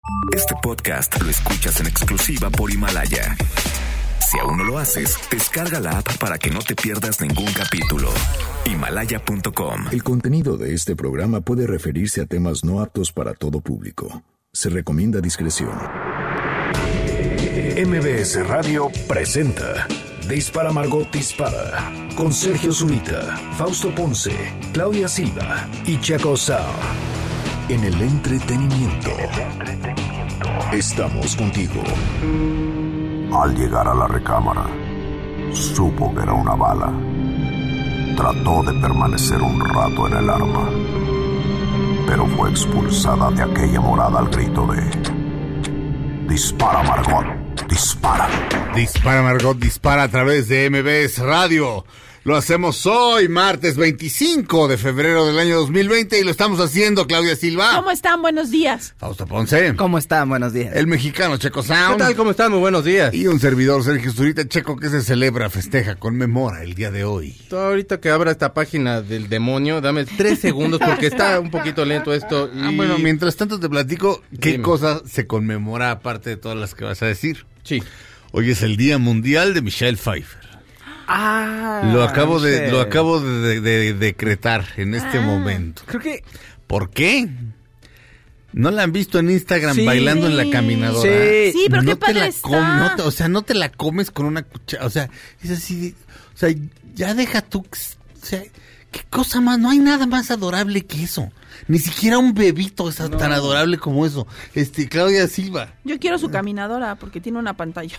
Este podcast lo escuchas en exclusiva por Himalaya. Si aún no lo haces, descarga la app para que no te pierdas ningún capítulo. Himalaya.com. El contenido de este programa puede referirse a temas no aptos para todo público. Se recomienda discreción. MBS Radio presenta Dispara Margot Dispara con Sergio Zurita, Fausto Ponce, Claudia Silva y Chaco Sao. En el entretenimiento. Estamos contigo. Al llegar a la recámara, supo que era una bala. Trató de permanecer un rato en el arma, pero fue expulsada de aquella morada al grito de «Dispara, Margot, dispara». Dispara, Margot, dispara a través de MBS Radio. Lo hacemos hoy, martes 25 de febrero del año 2020, y lo estamos haciendo, Claudia Silva. ¿Cómo están? Buenos días. Fausto Ponce. ¿Cómo están? Buenos días. El mexicano Checo Sound. ¿Qué tal? ¿Cómo están? Muy buenos días. Y un servidor, Sergio Zurita. Checo, que se celebra, festeja, conmemora el día de hoy. Tú ahorita que abra esta página del demonio, dame 3 segundos porque está un poquito lento esto. Y... bueno, mientras tanto te platico qué Dime. cosa se conmemora aparte de todas las que vas a decir. Sí. Hoy es el Día Mundial de Michelle Pfeiffer. Lo acabo de decretar en este momento. Creo que... ¿Por qué? ¿No la han visto en Instagram Sí. bailando en la caminadora? Sí, pero no qué padre te la está. no te la comes con una cuchara. O sea, es así. O sea, ya deja tú. O sea, ¿qué cosa más? No hay nada más adorable que eso. Ni siquiera un bebito es tan adorable como eso. Claudia Silva. Yo quiero su caminadora porque tiene una pantalla.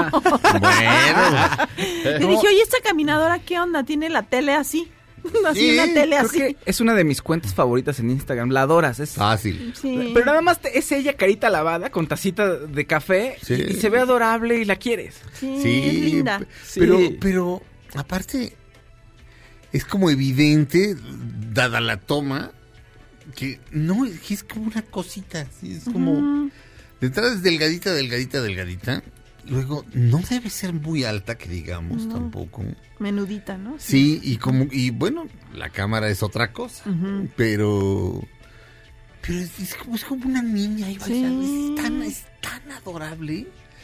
Bueno. Y dije, oye, esta caminadora, ¿qué onda? Tiene la tele así. Así, Sí, una tele Creo así. que es una de mis cuentas favoritas en Instagram. La adoras. Es... Fácil. Sí. Pero nada más es ella carita lavada con tacita de café Sí. y se ve adorable y la quieres. Sí, Sí, es linda. pero aparte es como evidente, dada la toma, que no, que es como una cosita, ¿sí? Es como de entrada es delgadita. Luego no debe ser muy alta, que digamos, tampoco. Menudita, ¿no? Sí, y bueno, la cámara es otra cosa, pero es como una niña ahí bailando, es tan adorable.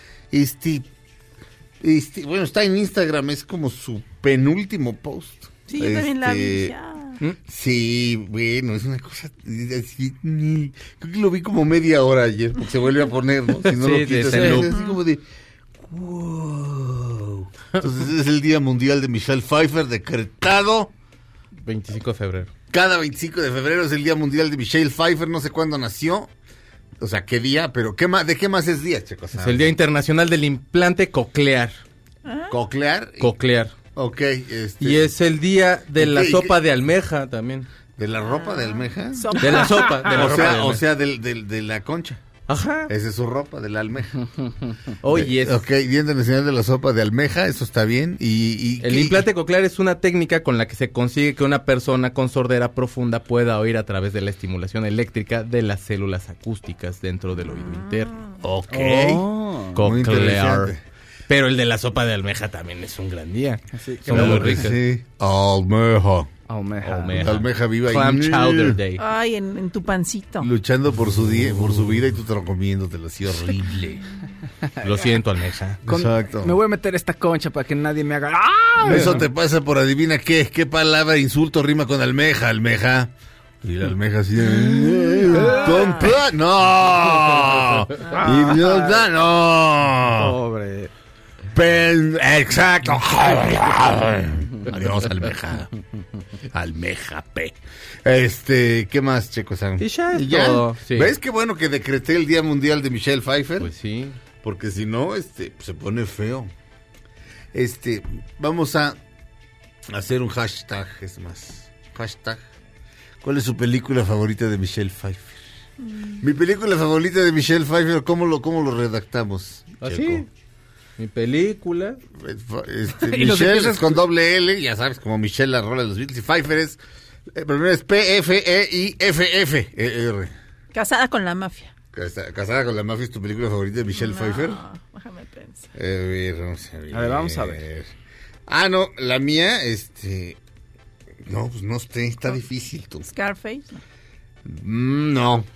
Bueno, está en Instagram, es como su penúltimo post. Sí, yo también la vi. Ya. Sí, bueno, es una cosa así, creo que lo vi como media hora ayer, porque se vuelve a poner, ¿no? Si no Sí, lo quitas, de es loop. así como de wow. Entonces es el Día Mundial de Michelle Pfeiffer, decretado 25 de febrero. cada 25 de febrero. Es el Día Mundial de Michelle Pfeiffer, no sé cuándo nació, o sea, qué día, pero ¿de qué más es día, Checo? Es el Día Internacional del Implante Coclear. Coclear. Coclear. Ok, Y es el día de la Ok, sopa de almeja también. ¿de la ropa de almeja? Sopa. De la sopa. De la ropa de O almeja. sea, de la concha. Ajá. Esa es su ropa, de la almeja. Oye, Ok, Día Internacional de la Sopa de Almeja, eso está bien. el implante coclear es una técnica con la que se consigue que una persona con sordera profunda pueda oír a través de la estimulación eléctrica de las células acústicas dentro del oído interno. Ok. Oh. Muy Coclear. interesante. Pero el de la sopa de almeja también es un gran día. Así que Son muy ricas. Sí. Almeja. Almeja. Almeja. Almeja viva Clam y Chowder Day. Ay, en tu pancito. luchando por su vida y tú te lo comiéndotelo así horrible. Lo siento, almeja. Exacto. Me voy a meter esta concha para que nadie me haga... ¡Ah! Eso te pasa por adivina qué palabra insulto rima con almeja. Y la almeja así tonta, no. Idiota, no. Pobre. Exacto. Adiós, almeja. Almeja, P. ¿Qué más, Checo San? Y ya es todo, sí. ¿Ves qué bueno que decreté el Día Mundial de Michelle Pfeiffer? Pues sí. Porque si no, se pone feo. Vamos a hacer un hashtag, es más. Hashtag. ¿Cuál es su película favorita de Michelle Pfeiffer? Mi película favorita de Michelle Pfeiffer, ¿cómo lo redactamos? ¿Así? Checo? Mi película. Y los Michelle empiezas- es con doble L, ya sabes, como Michelle la rola de los Beatles, y Pfeiffer es, primero es P-F-E-I-F-F-E-R. Casada con la mafia. Casada con la mafia, ¿es tu película favorita de Michelle Pfeiffer? Déjame pensar. A ver, vamos a ver. A ver, vamos a ver. Ah, no, la mía, no, pues no sé, está difícil tú. Scarface. No,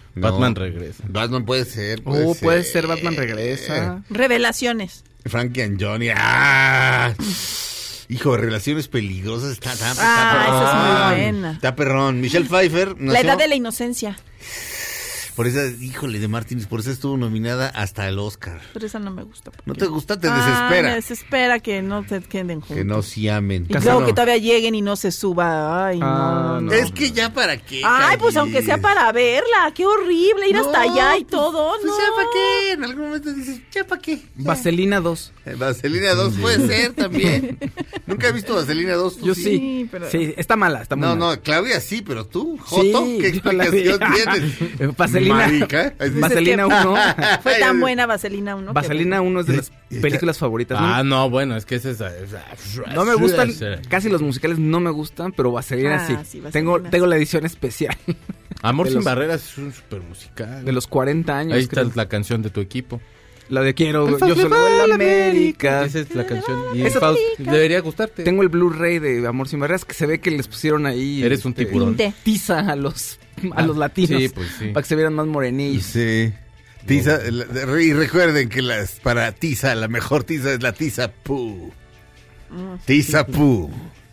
No. Batman regresa. Batman puede ser. Puede ser Batman regresa. Revelaciones. Frankie and Johnny. ¡Ah! Hijo, relaciones peligrosas. Está esa es muy buena. Está perrón. Michelle Pfeiffer nació. La edad de la inocencia. Por esa, híjole, de Martínez, por eso estuvo nominada hasta el Oscar. Pero esa no me gusta. ¿No te gusta? Te desespera. Me desespera que no se queden juntos. Que no se amen. Y luego que todavía lleguen y no se suba. Ay, no. Es que ya para qué. Ay, pues aunque sea para verla. Qué horrible ir hasta allá y todo. Pues ya para qué. En algún momento dices, ya para qué. Vaselina 2. Vaselina 2 puede ser también. Nunca he visto Vaselina 2. ¿Tú Yo sí? sí. pero- Sí, está mala, está muy mala. No, Claudia sí, pero tú, Joto, Sí, ¿qué yo la vi. explicación tienes? Vaselina. Marica. Vaselina 1. Fue tan buena Vaselina 1. Vaselina 1 es de las películas favoritas. No, bueno, es que es esa. No me gustan, casi los musicales no me gustan, pero Vaselina sí. Vaselina Tengo la edición especial Amor de sin los- barreras es un super musical. de los 40 años. Ahí está creo. la canción de tu equipo. La de Quiero, yo soy el América. Esa es la canción. Y Esa- Faust, debería gustarte. Tengo el Blu-ray de Amor sin barreras que se ve que les pusieron ahí. Eres un tiburón. Tinte. Tiza a los latinos. Sí, pues sí. Para que se vieran más morenillos. Sí. Tiza, y recuerden que para tiza, la mejor tiza es la tiza Pú. Tiza Pú.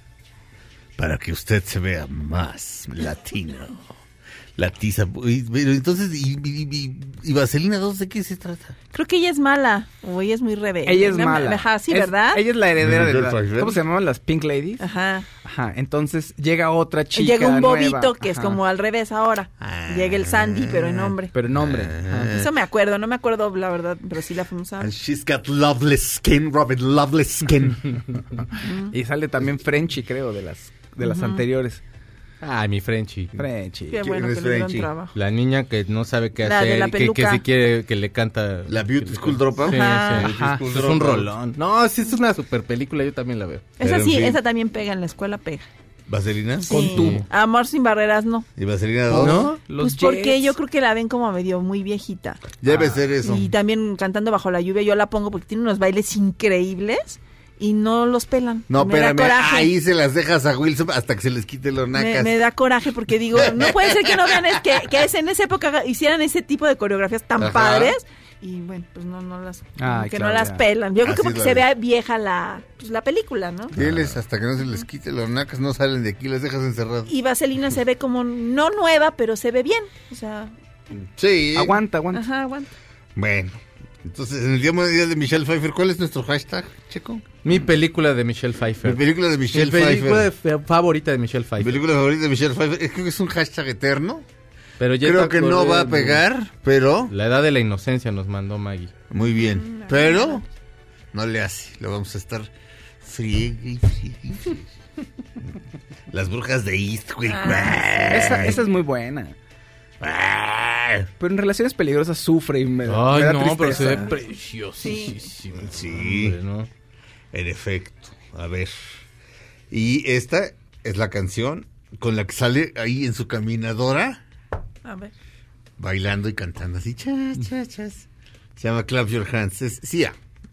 Para que usted se vea más latino. La tiza Pú. Pero entonces, ¿y Vaselina 2 de qué se trata? Creo que ella es mala. O ella es muy rebelde. Ella es mala. Ajá, sí, Es- ¿verdad? Ella es la heredera de Michelle Pfeiffer. ¿cómo se llamaban las Pink Ladies? Ajá. Ajá, entonces llega otra chica Llega un nueva. bobito que es Ajá. como al revés ahora. Llega el Sandy, pero en hombre. Pero en hombre. Ajá. Eso me acuerdo, no me acuerdo la verdad, pero sí la fuimos a ver. And she's got lovely skin, Robin, lovely skin. Y sale también Frenchy, creo, de las anteriores. Ay, mi Frenchy. Frenchy. Qué bueno es que le dieron Frenchy? trabajo. La niña que no sabe qué La de hacer, la que peluca. se quiere, que le canta. La Beauty School Dropout. Sí, Ajá. sí. Ajá. Es un rolón. No, sí, es una super película, yo también la veo. Esa Pero, sí, en fin. esa también pega en la escuela, pega. ¿Vaselina? Sí. tú. Amor sin barreras, no. ¿Y Vaselina 2? ¿No? Los Pues porque Jets. yo creo que la ven como medio muy viejita. Debe ser eso. Y también cantando bajo la lluvia, yo la pongo porque tiene unos bailes increíbles y no los pelan. No, Me da espérame, coraje. ahí se las dejas a Wilson hasta que se les quite los nacas. Me da coraje porque digo, no puede ser que no vean que es en esa época hicieran ese tipo de coreografías tan Ajá. padres y bueno, pues no las Ay, que claro, no las ya. pelan. Yo creo Así que porque es se la vea vieja la película, ¿no? Diles, hasta que no se les quite los nacas, no salen de aquí, las dejas encerradas. Y Vaselina se ve como no nueva, pero se ve bien, o sea, Sí. Aguanta. ajá, aguanta. Bueno, entonces en el Día Mundial de Michelle Pfeiffer, ¿cuál es nuestro hashtag, Checo? Mi película de Michelle Mi Pfeiffer. película de Mi Michelle película Pfeiffer. favorita de Michelle Mi Pfeiffer. película favorita de Michelle Pfeiffer. Creo que es un hashtag eterno. Pero ya Creo está que no va a corriendo. pegar, pero La edad de la inocencia nos mandó Maggie. muy bien. Pero no le hace. Lo vamos a estar friegue y friegue. Las brujas de Eastwick. Esa es muy buena. Pero en relaciones peligrosas sufre y me Ay, da no, pero se tristeza. ve preciosísimo. Sí. Hombre, ¿no? En efecto. A ver. Y esta es la canción con la que sale ahí en su caminadora, A ver. bailando y cantando así. Chas, chas, chas. Se llama Clap Your Hands. Es Sia.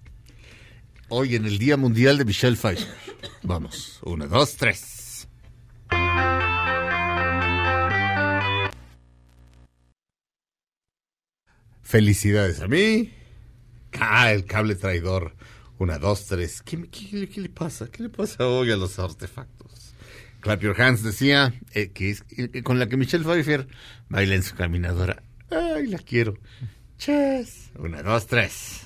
Hoy en el Día Mundial de Michelle Pfeiffer. Vamos. 1, 2, 3. Felicidades a mí. El cable traidor. 1, 2, 3. ¿Qué le pasa? ¿Qué le pasa hoy a los artefactos? Clap Your Hands decía que es con la que Michelle Pfeiffer baila en su caminadora. Ay, la quiero. Chas. 1, 2, 3.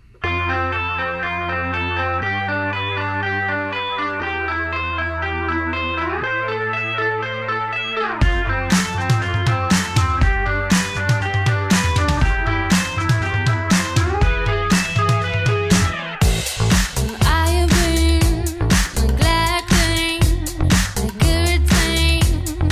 I have been neglecting the good things.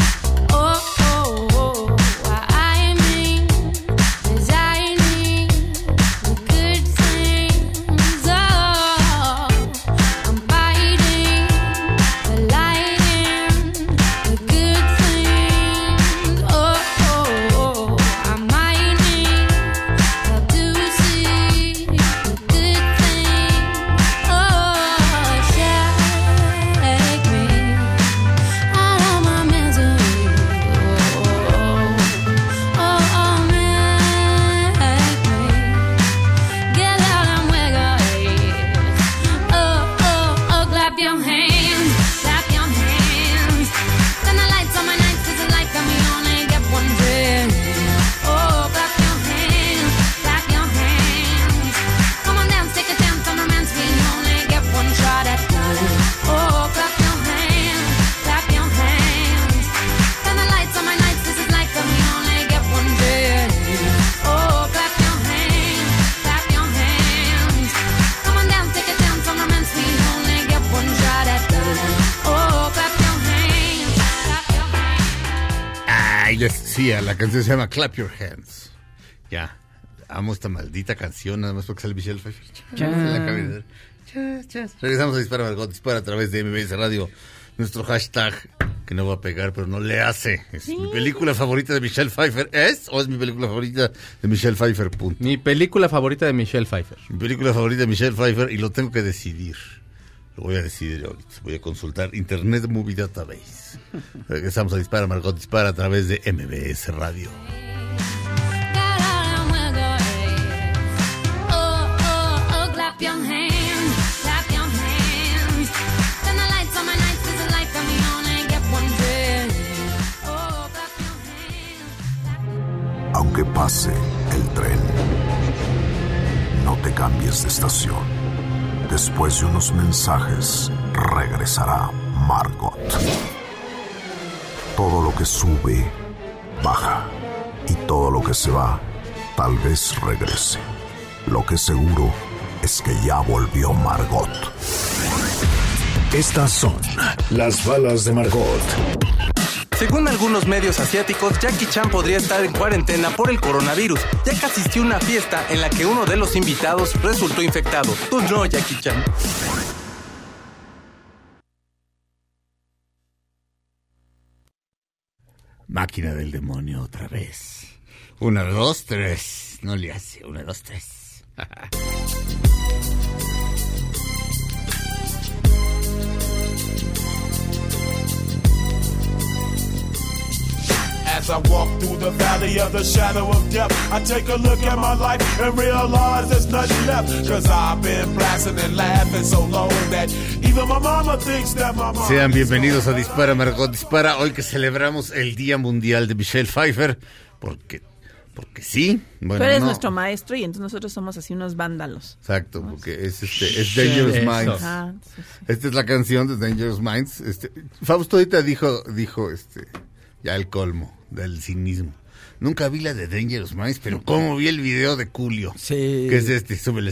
I mean, designing the good things. decía, la canción se llama Clap Your Hands. Ya, amo esta maldita canción, nada más porque sale Michelle Pfeiffer. Regresamos a Dispara Margot Dispara a través de MBS Radio. Nuestro hashtag, que no va a pegar, pero no le hace. Es mi película favorita de Michelle Pfeiffer. ¿Es o es mi película favorita de Michelle Pfeiffer? Punto. Mi película favorita de Michelle Pfeiffer. Mi película favorita de Michelle Pfeiffer y lo tengo que decidir. Lo voy a decidir ahorita. Voy a consultar Internet Movie Database. Regresamos a Dispara Margot Dispara a través de MBS Radio. Got all them wiggle heads. Oh, clap your hands, clap your hands. Turn the lights on my nights, there's a light from me on and get one dress. Oh, clap your hands. Aunque pase el tren, no te cambies de estación. Después de unos mensajes, regresará Margot. Todo lo que sube, baja. Y todo lo que se va, tal vez regrese. Lo que seguro es que ya volvió Margot. Estas son las balas de Margot. Según algunos medios asiáticos, Jackie Chan podría estar en cuarentena por el coronavirus, ya que asistió a una fiesta en la que uno de los invitados resultó infectado. Tú no, Jackie Chan. Máquina del demonio otra vez. 1, 2, 3. No le hace. 1, 2, 3. As I walk through the valley of the shadow of death, I take a look at my life and realize there's nothing left. Cause I've been blasting and laughing so long that even my mama thinks that my mama... Sean bienvenidos a Dispara Margot Dispara. Hoy que celebramos el Día Mundial de Michelle Pfeiffer. Porque sí. Bueno, Tú eres no. nuestro maestro y entonces nosotros somos así unos vándalos. Exacto, porque es Dangerous Eso. Minds. Ah, sí, sí. Esta es la canción de Dangerous Minds. Fausto ahorita dijo ya el colmo del cinismo. Nunca vi la de Dangerous Minds, pero cómo vi el video de Julio. Sí. Que es súbele.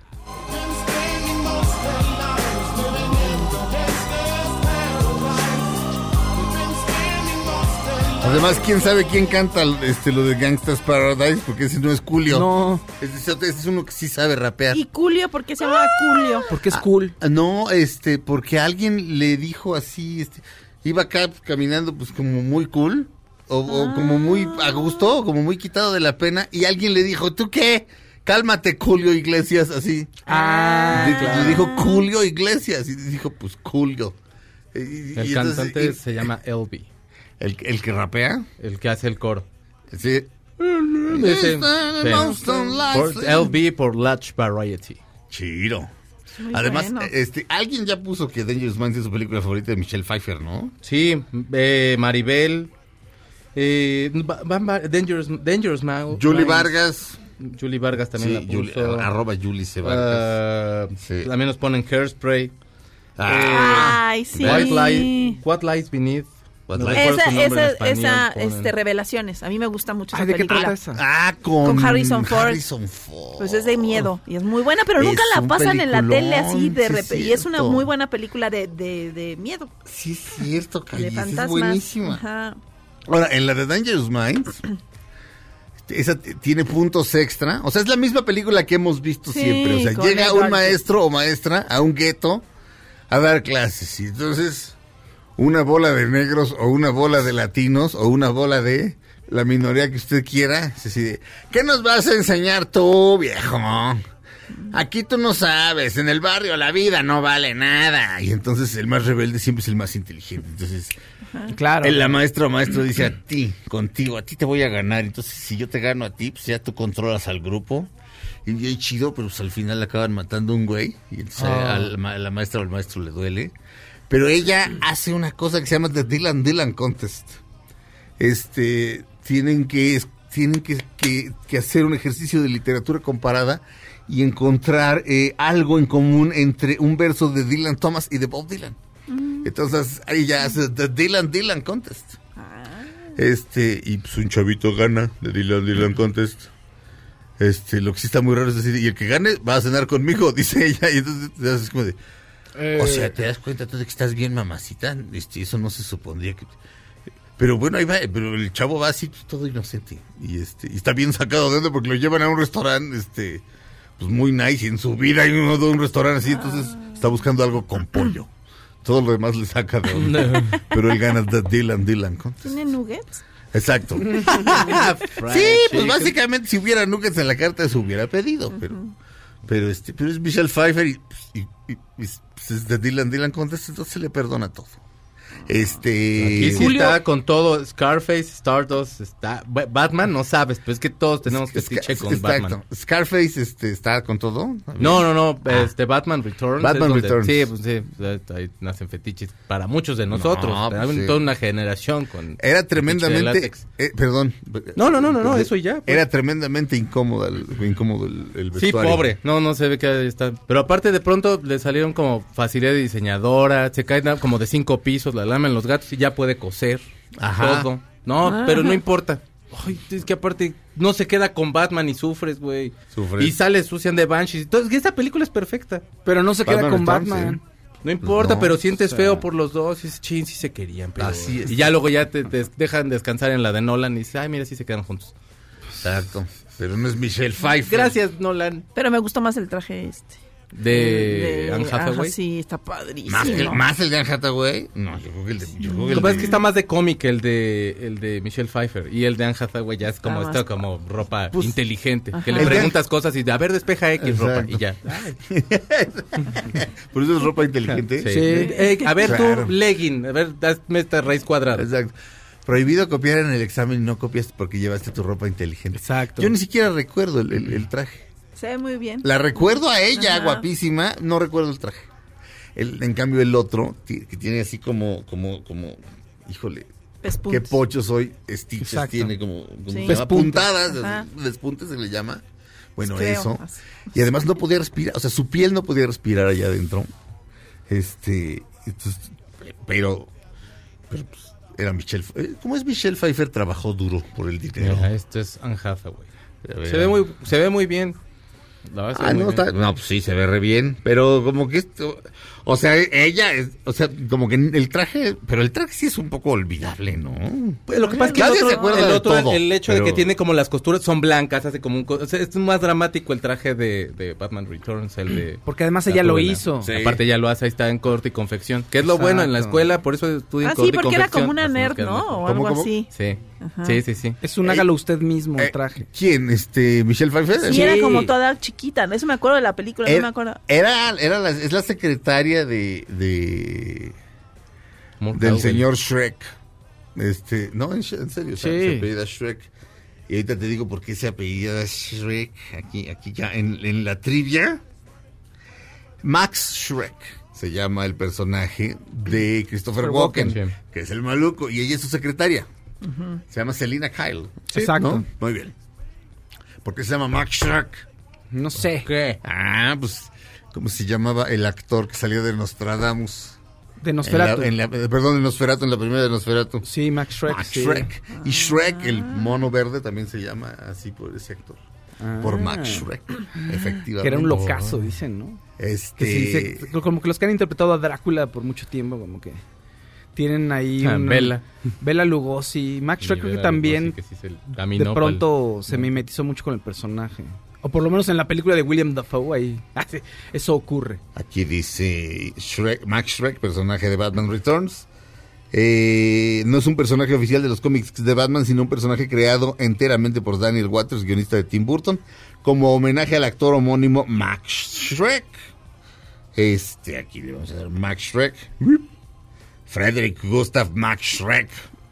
Además, ¿quién sabe quién canta lo de Gangsta's Paradise? Porque ese no es Julio. No. Ese es uno que sí sabe rapear. ¿Y Julio? ¿Por qué se llama Julio? Porque es cool. No, porque alguien le dijo así, iba acá caminando pues como muy cool, o como muy a gusto, o como muy quitado de la pena, y alguien le dijo, ¿tú qué? Cálmate, Julio Iglesias, así. Le dijo Julio Iglesias, y dijo, pues Julio. El cantante se llama LB. ¿El que rapea? El que hace el coro. Sí. Ese, LB por Large Variety. Chido. Muy Además, bueno. alguien ya puso que Dangerous Minds es su película favorita de Michelle Pfeiffer, ¿no? Sí, Maribel, Dangerous Minds. Julie Vargas. Julie Vargas también Sí, la puso. arroba Julie C. Vargas. Sí. También nos ponen Hairspray. Ay, sí. What Lies Beneath. No Esa, recuerdo su nombre en español, ponen. Revelaciones. A mí me gusta mucho esa ¿De qué película. trata esa? Con Harrison Ford. Harrison Ford. Pues es de miedo y es muy buena, pero Es nunca la un pasan en la peliculón, tele así de sí, repente. es Y es una cierto. muy buena película de miedo, Sí, es cierto, de Calles, fantasmas. es buenísima. Ajá. Ahora, en la de Dangerous Minds, esa tiene puntos extra. O sea, es la misma película que hemos visto Sí, siempre. O sea, con llega Ed un Garcia. maestro o maestra a un gueto a dar clases. Y entonces, una bola de negros o una bola de latinos o una bola de la minoría que usted quiera. Es así de, ¿qué nos vas a enseñar tú, viejo? Aquí tú no sabes, en el barrio la vida no vale nada. Y entonces el más rebelde siempre es el más inteligente. Entonces, Claro. la maestra o maestro dice a ti te voy a ganar. Entonces, si yo te gano a ti, pues ya tú controlas al grupo. Y bien chido, pero pues al final acaban matando a un güey. Y entonces a la maestra o al maestro le duele. Pero ella hace una cosa que se llama The Dylan Contest. Tienen que hacer un ejercicio de literatura comparada y encontrar algo en común entre un verso de Dylan Thomas y de Bob Dylan. Entonces ahí ya hace The Dylan Contest. Y pues un chavito gana The Dylan Contest. Lo que sí está muy raro es decir, y el que gane va a cenar conmigo, dice ella. Y entonces es como de, o sea, ¿te das cuenta tú de que estás bien, mamacita? Eso no se supondría que... Pero bueno, ahí va, pero el chavo va así pues, todo inocente. Y y está bien sacado de onda porque lo llevan a un restaurante, pues muy nice. Y en su vida hay uno de un restaurante así, entonces está buscando algo con pollo. Todo lo demás le saca de onda. Pero él gana de Dylan Contest. ¿Tiene nuggets? Exacto. Sí, pues básicamente si hubiera nuggets en la carta se hubiera pedido, pero es Michelle Pfeiffer y pues, es de Dylan Contest, entonces se le perdona todo. Aquí sí está con todo. Scarface, Stardust, está Batman, no sabes, pero es que todos tenemos fetiche con Batman. Scarface está con todo. No, Batman Returns. Batman Returns. Sí, pues sí, ahí nacen fetiches para muchos de nosotros. No, pues sí. Toda una generación con era tremendamente perdón. No, eso ya. Pues. Era tremendamente incómodo el vestuario. Sí, pobre. No se ve que ahí está. Pero aparte de pronto le salieron como facilidad de diseñadora, se cae como de 5 pisos, la lamen los gatos y ya puede coser. Ajá. Todo. No, pero no importa. Ay, es que aparte no se queda con Batman y sufres, güey. Y sale Susan de Banshees. Entonces, esta película es perfecta. Pero no se queda con Returns, Batman. No importa, No, pero sientes feo por los dos. Y dices, chin, sí se querían. Pero... Así es. Y ya luego ya te dejan descansar en la de Nolan y dices, ay, mira, sí se quedan juntos. Exacto. Pero no es Michelle Pfeiffer. Gracias, Nolan. Pero me gustó más el traje De Anne Hathaway. Ajá, sí, está padrísimo. ¿Más el de Anne Hathaway? No, yo creo que el de... Lo que pasa es que está más de cómic el de Michelle Pfeiffer. Y el de Anne Hathaway ya es como más como ropa Pues, inteligente. ajá. Que le El de- preguntas cosas y a ver, despeja X Exacto. ropa y ya. Por eso es ropa inteligente. Sí. A ver Claro. tú, legging. A ver, dame esta raíz cuadrada. Exacto. Prohibido copiar en el examen y no copias porque llevaste tu ropa inteligente. Exacto. Yo ni siquiera recuerdo el traje. Se ve muy bien. La recuerdo a ella, Ajá. guapísima, no recuerdo el traje. En cambio el otro, que tiene así como, híjole, Pespuntes. qué pocho soy, stitches, Exacto. tiene como Sí. se llama? Puntadas, Ajá. despuntes se le llama. Bueno, Creo. eso. Y además no podía respirar, o sea, su piel no podía respirar allá adentro. Entonces, pero pues, era Michelle. ¿Cómo es Michelle Pfeiffer? Trabajó duro por el dinero. Mira, esto es Anne Hathaway. A ver. Se ve muy bien. La verdad, se ve muy no, bien. no, pues sí, se ve re bien, pero como que esto, o sea, ella es, o sea, como que el traje, pero el traje sí es un poco olvidable, ¿no? Pues lo que pasa es que Claudia se acuerda de todo, el hecho de pero- que tiene como las costuras son blancas, hace como o sea, es más dramático el traje de Batman Returns, el de... Porque además ella lo hizo. Sí. Aparte ya lo hace, ahí está en corte y confección, que es lo Exacto. bueno en la escuela, por eso estudia en Ah, corte sí, y porque era confección. como una Así nos nerd, queda ¿no? mejor. O algo ¿Cómo? así. Sí. Ajá. Sí. Es un hágalo usted mismo el traje. ¿Quién? Michelle Pfeiffer. Sí, Sí. era como toda chiquita. Eso me acuerdo de la película, no me acuerdo. Es la secretaria del Mortal señor Shrek. No, en serio, Sí. se apellida Shrek. Y ahorita te digo por qué se apellida Shrek. Aquí ya en la trivia. Max Shrek se llama el personaje de Christopher Walken, Sí. que es el maluco, y ella es su secretaria. Se llama Selina Kyle. Exacto. ¿No? Muy bien. ¿Por qué se llama Max Shrek? No sé. ¿Qué? Pues, ¿cómo se llamaba el actor que salió de Nostradamus? De Nosferatu. Perdón, de Nosferatu, en la primera de Nosferatu. Sí, Max Shrek. Max sí. Shrek. Y Shrek, el mono verde, también se llama así por ese actor. Por Max Shrek, efectivamente. Que era un locazo, dicen, ¿no? Que sí, como que los que han interpretado a Drácula por mucho tiempo, como que tienen ahí Bela Lugosi. Max Shrek creo que también de pronto se mimetizó mucho con el personaje. O por lo menos en la película de William Dafoe, ahí eso ocurre. Aquí dice Max Shrek, personaje de Batman Returns. No es un personaje oficial de los cómics de Batman, sino un personaje creado enteramente por Daniel Waters, guionista de Tim Burton, como homenaje al actor homónimo Max Shrek. Aquí le vamos a dar Max Shrek. Frederick Gustav Max Shrek.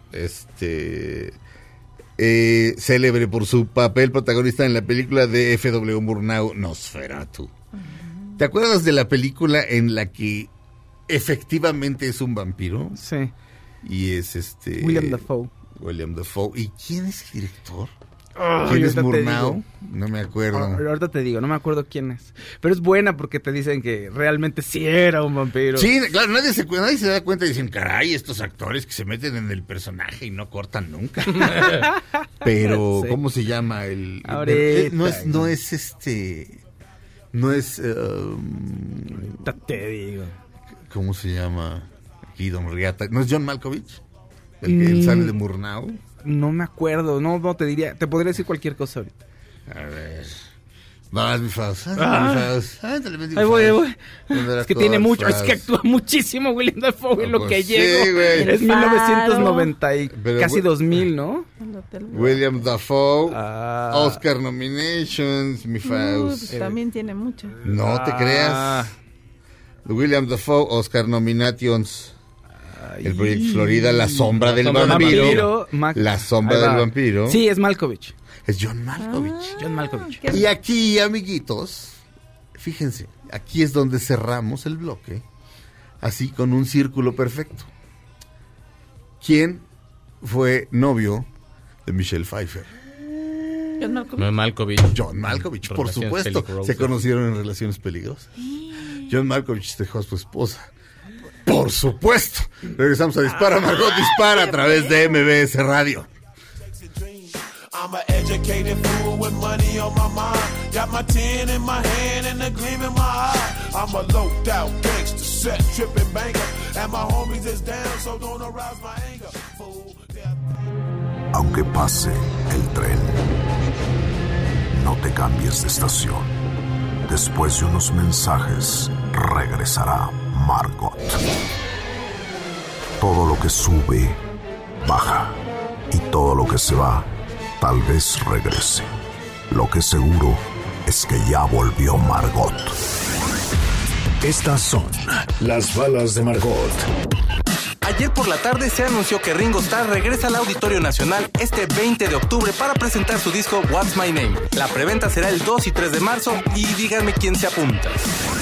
Célebre por su papel protagonista en la película de F.W. Murnau, Nosferatu. ¿Te acuerdas de la película en la que efectivamente es un vampiro? Sí. Y es William Dafoe. ¿Y quién es el director? ¿Quién es Murnau? No me acuerdo. Ahorita te digo, no me acuerdo quién es. Pero es buena porque te dicen que realmente sí era un vampiro. Sí, claro, nadie se da cuenta y dicen, caray, estos actores que se meten en el personaje y no cortan nunca. Pero, Sí. ¿cómo se llama Ahorita. No es Ahorita te digo. ¿cómo se llama? Aquí, don Riata. ¿No es John Malkovich? El sale de Murnau. No me acuerdo, no te diría, te podría decir cualquier cosa ahorita. A ver. Vas, mi Faust. Ahí voy. Es que tiene mucho, es que actúa muchísimo William Dafoe en lo que llego. Sí, güey. Es 1990 y casi 2000, ¿no? William Dafoe, Oscar nominations, mi Faust. También tiene mucho. No te creas. William Dafoe, Oscar nominations. El proyecto Florida, La sombra del vampiro. La sombra del vampiro. Sí, es Malkovich. Es John Malkovich. John Malkovich. Y aquí, amiguitos, fíjense, aquí es donde cerramos el bloque, así con un círculo perfecto. ¿Quién fue novio de Michelle Pfeiffer? John Malkovich. John Malkovich, por supuesto. Se conocieron en relaciones peligrosas. John Malkovich dejó a su esposa. Por supuesto. Regresamos a Dispara, Margot Dispara a través de MBS Radio. I'm an educated fool with money on my mind. Got my 10 in my hand and a gleam in my eye. I'm a loped out gangster, set tripping banker. And my homies is down, so don't arouse my anger. Fool. Aunque pase el tren, no te cambies de estación. Después de unos mensajes, regresará Margot. Todo lo que sube, baja. Y todo lo que se va, tal vez regrese. Lo que seguro es que ya volvió Margot. Estas son las balas de Margot. Ayer por la tarde se anunció que Ringo Starr regresa al Auditorio Nacional este 20 de octubre para presentar su disco What's My Name. La preventa será el 2 y 3 de marzo y díganme quién se apunta.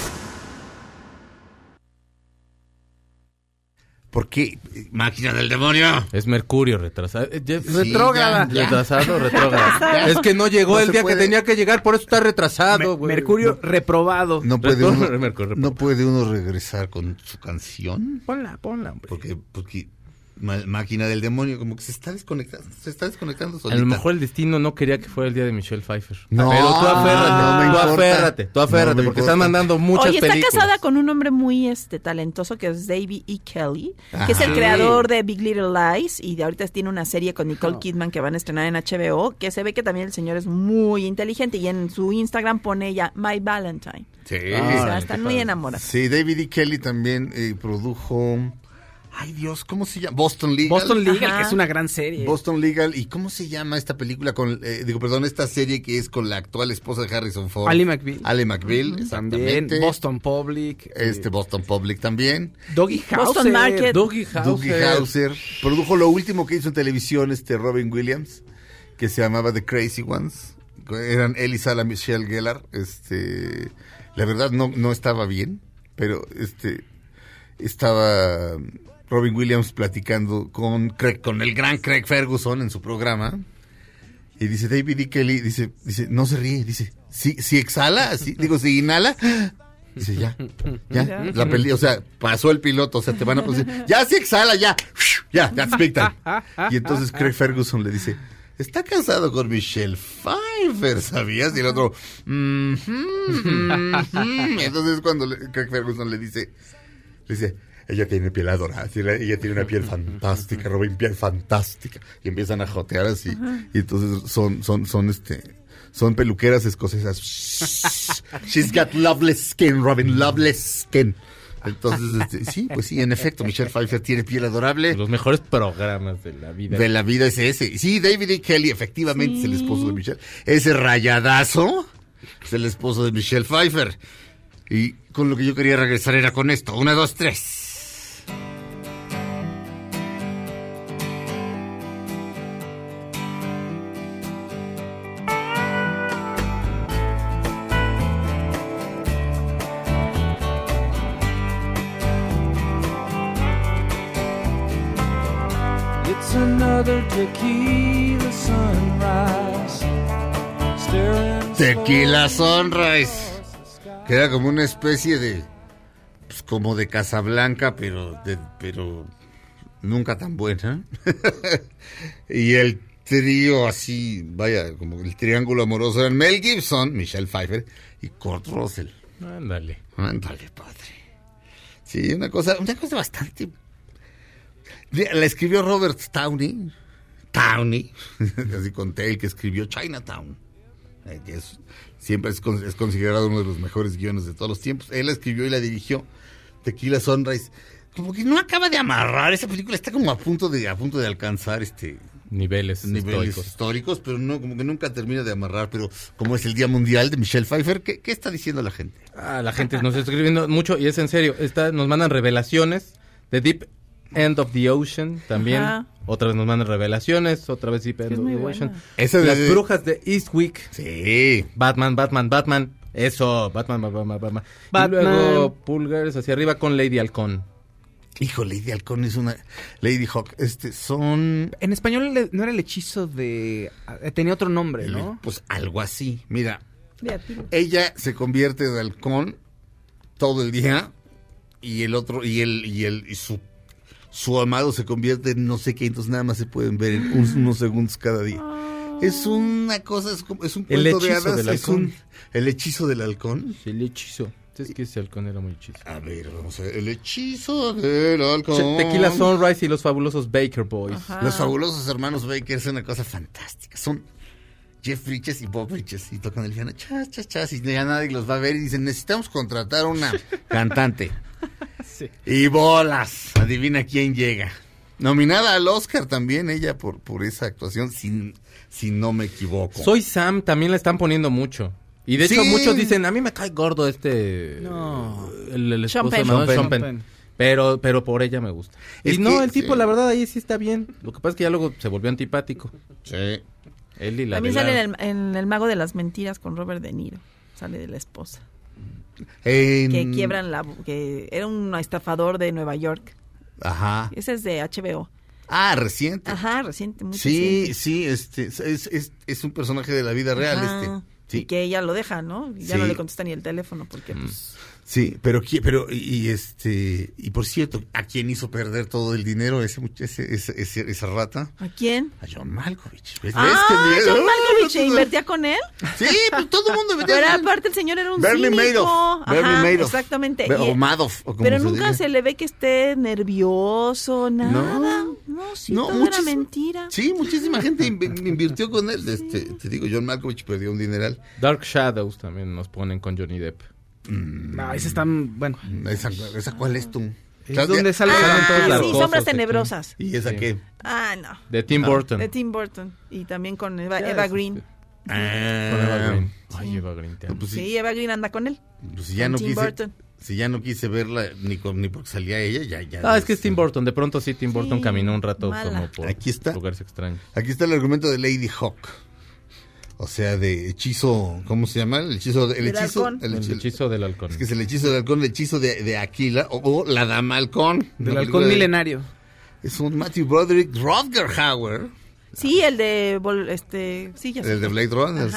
¿Por qué? Máquina del demonio. Es Mercurio retrasado. Retrógrada. Retrógrada. Es que no llegó el día que tenía que llegar, por eso está retrasado. Mercurio reprobado. No puede uno regresar con su canción. Ponla, hombre. Porque máquina del demonio, como que se está desconectando solita. A lo mejor el destino no quería que fuera el día de Michelle Pfeiffer. No, pero tú aférrate, porque están mandando muchas películas. Oye, está casada con un hombre muy talentoso que es David E. Kelly, que es el creador de Big Little Lies, y de ahorita tiene una serie con Nicole Kidman que van a estrenar en HBO, que se ve que también el señor es muy inteligente, y en su Instagram pone ella My Valentine. Sí. O sea, están muy enamorados. Sí, David E. Kelly también produjo... Ay, Dios, ¿cómo se llama? Boston Legal. Boston Legal, que es una gran serie. Boston Legal. ¿Y cómo se llama esta película esta serie que es con la actual esposa de Harrison Ford? Ally McBeal. Ally McBeal, exactamente. También. Boston Public. Boston Public también. Doggy Hauser. Boston Market. Doggy Hauser. Produjo lo último que hizo en televisión Robin Williams, que se llamaba The Crazy Ones. Eran él y Sarah Michelle Gellar. La verdad no estaba bien, pero estaba... Robin Williams platicando con el gran Craig Ferguson en su programa, y dice David E. Kelly, dice, no se ríe, dice, si exhala, si inhala, dice, ya, la peli, o sea, pasó el piloto, o sea, te van a poner, ya si exhala, ya, that's big time. Y entonces Craig Ferguson le dice, está casado con Michelle Pfeiffer, ¿sabías? Y el otro, Entonces cuando Craig Ferguson le dice, ella tiene piel adorada, ella tiene una piel fantástica, Robin, piel fantástica. Y empiezan a jotear así. Y entonces son peluqueras escocesas. She's got loveless skin, Robin, loveless skin. Entonces, sí, en efecto, Michelle Pfeiffer tiene piel adorable. Los mejores programas de la vida. De la vida es ese. Sí, David E. Kelly, efectivamente, es el esposo de Michelle. Ese rayadazo es el esposo de Michelle Pfeiffer. Y con lo que yo quería regresar era con esto. 1, 2, 3. It's another tequila sunrise. Tequila Sunrise. Que era como una especie de, pues como de Casablanca, pero nunca tan buena. Y el trío así, vaya, como el triángulo amoroso eran Mel Gibson, Michelle Pfeiffer y Kurt Russell. Ándale, padre. Sí, una cosa bastante La escribió Robert Downey, así con T, el que escribió Chinatown, que siempre es considerado uno de los mejores guiones de todos los tiempos. Él la escribió y la dirigió. Tequila Sunrise. Como que no acaba de amarrar. Esa película está como a punto de alcanzar niveles históricos, pero no, como que nunca termina de amarrar. Pero como es el Día Mundial de Michelle Pfeiffer, ¿qué está diciendo la gente? La gente nos está escribiendo mucho y es en serio. Nos mandan revelaciones de Deep End of the Ocean también. Ajá. Otra vez nos mandan revelaciones, otra vez Deep End of the Ocean. Las brujas de Eastwick. Sí. Batman. Eso, Batman. Y luego Pulgars hacia arriba con Lady Halcón. Hijo, Lady Halcón es una... Lady Hawk, son... En español no era el hechizo de... Tenía otro nombre, ¿no? Pues algo así. Mira, ella se convierte de halcón todo el día y el otro, y su amado se convierte en no sé qué, entonces nada más se pueden ver en unos segundos cada día. Es una cosa, es un cuento de hadas, el hechizo del halcón. El hechizo. Es que ese halcón era muy hechizo. A ver, vamos a ver. El hechizo del halcón. Tequila Sunrise y los fabulosos Baker Boys. Ajá. Los fabulosos hermanos Baker son una cosa fantástica. Son Jeff Bridges y Bob Bridges. Y tocan el piano. Chas, chas, chas. Y ya nadie los va a ver. Y dicen, necesitamos contratar una cantante. Sí. Y bolas. Adivina quién llega. Nominada al Oscar también ella por esa actuación, si no me equivoco. Soy Sam, también la están poniendo mucho. Y de hecho muchos dicen, a mí me cae gordo el esposo de Sean Penn. Pero por ella me gusta. Y el tipo, la verdad, ahí sí está bien. Lo que pasa es que ya luego se volvió antipático. Sí. Él y la también sale en El Mago de las Mentiras con Robert De Niro. Sale de la esposa. Que quiebran que era un estafador de Nueva York. Ajá. Ese es de HBO. Ah, reciente. Ajá, reciente, muy reciente. Sí, es un personaje de la vida real, Sí. Y que ella lo deja, ¿no? Y ya no le contesta ni el teléfono porque pues... Sí, pero y por cierto, ¿a quién hizo perder todo el dinero esa rata? ¿A quién? A John Malkovich. ¿Ves John Malkovich invertía con él? Sí, pues todo el mundo invertía con él. Pero aparte el señor era un Bernie cínico. Madoff. Exactamente. O Madoff, o como pero se nunca diga. se le ve que esté nervioso, nada. Todo era mentira. Sí, muchísima gente invirtió con él. Te digo, John Malkovich perdió un dineral. Dark Shadows también nos ponen con Johnny Depp. Ese está, bueno. ¿Esa cuál es tú? Es donde salen todas las cosas. Sombras Tenebrosas. ¿Y esa qué? No. De Tim Burton. De Tim Burton. Y también con Eva Green. Con Eva Green. Ay, Eva Green. Sí, Eva Green anda con él. Pues si ya no quise verla ni porque salía ella, ya. Es que es Tim Burton. De pronto sí, Tim Burton caminó un rato como por lugares extraños. Aquí está el argumento de Lady Hawk. O sea, de hechizo, ¿cómo se llama? El hechizo del halcón. Es que es el hechizo del halcón, el hechizo de Aquila o la dama halcón. Del halcón milenario. Es un Matthew Broderick Rodgerhauer. Sí, el de sí, ya sé. El de Blade Runner,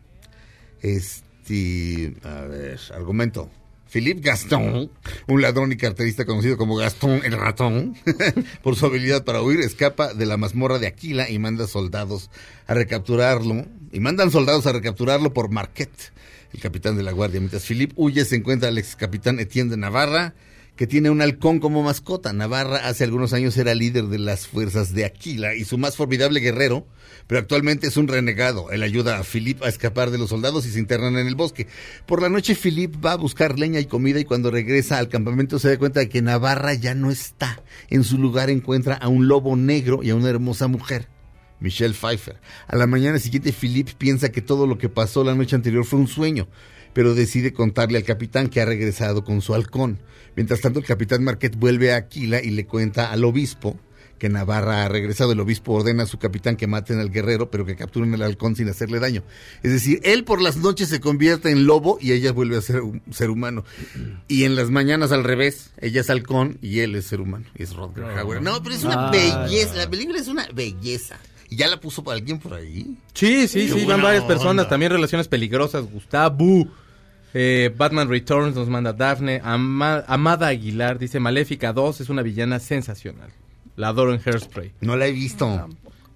sí. A ver, argumento. Philippe Gaston, un ladrón y carterista conocido como Gastón el Ratón, por su habilidad para huir, escapa de la mazmorra de Aquila y mandan soldados a recapturarlo por Marquette, el capitán de la guardia. Mientras Philippe huye, se encuentra al ex capitán Etienne de Navarra, que tiene un halcón como mascota. Navarra hace algunos años era líder de las fuerzas de Aquila y su más formidable guerrero, pero actualmente es un renegado. Él ayuda a Philippe a escapar de los soldados y se internan en el bosque. Por la noche Philippe va a buscar leña y comida y cuando regresa al campamento se da cuenta de que Navarra ya no está. En su lugar encuentra a un lobo negro y a una hermosa mujer, Michelle Pfeiffer. A la mañana siguiente Philippe piensa que todo lo que pasó la noche anterior fue un sueño, pero decide contarle al capitán que ha regresado con su halcón. Mientras tanto, el capitán Marquette vuelve a Aquila y le cuenta al obispo que Navarra ha regresado. El obispo ordena a su capitán que maten al guerrero, pero que capturen al halcón sin hacerle daño. Es decir, él por las noches se convierte en lobo y ella vuelve a ser un ser humano. Y en las mañanas al revés, ella es halcón y él es ser humano. Es Rodgerhauer. No, pero es una belleza. La película es una belleza. ¿Y ya la puso para alguien por ahí? Sí, van varias personas. También Relaciones Peligrosas, Gustavo. Batman Returns nos manda Daphne. Amada Aguilar dice Maléfica 2 es una villana sensacional. La adoro en Hairspray. No la he visto.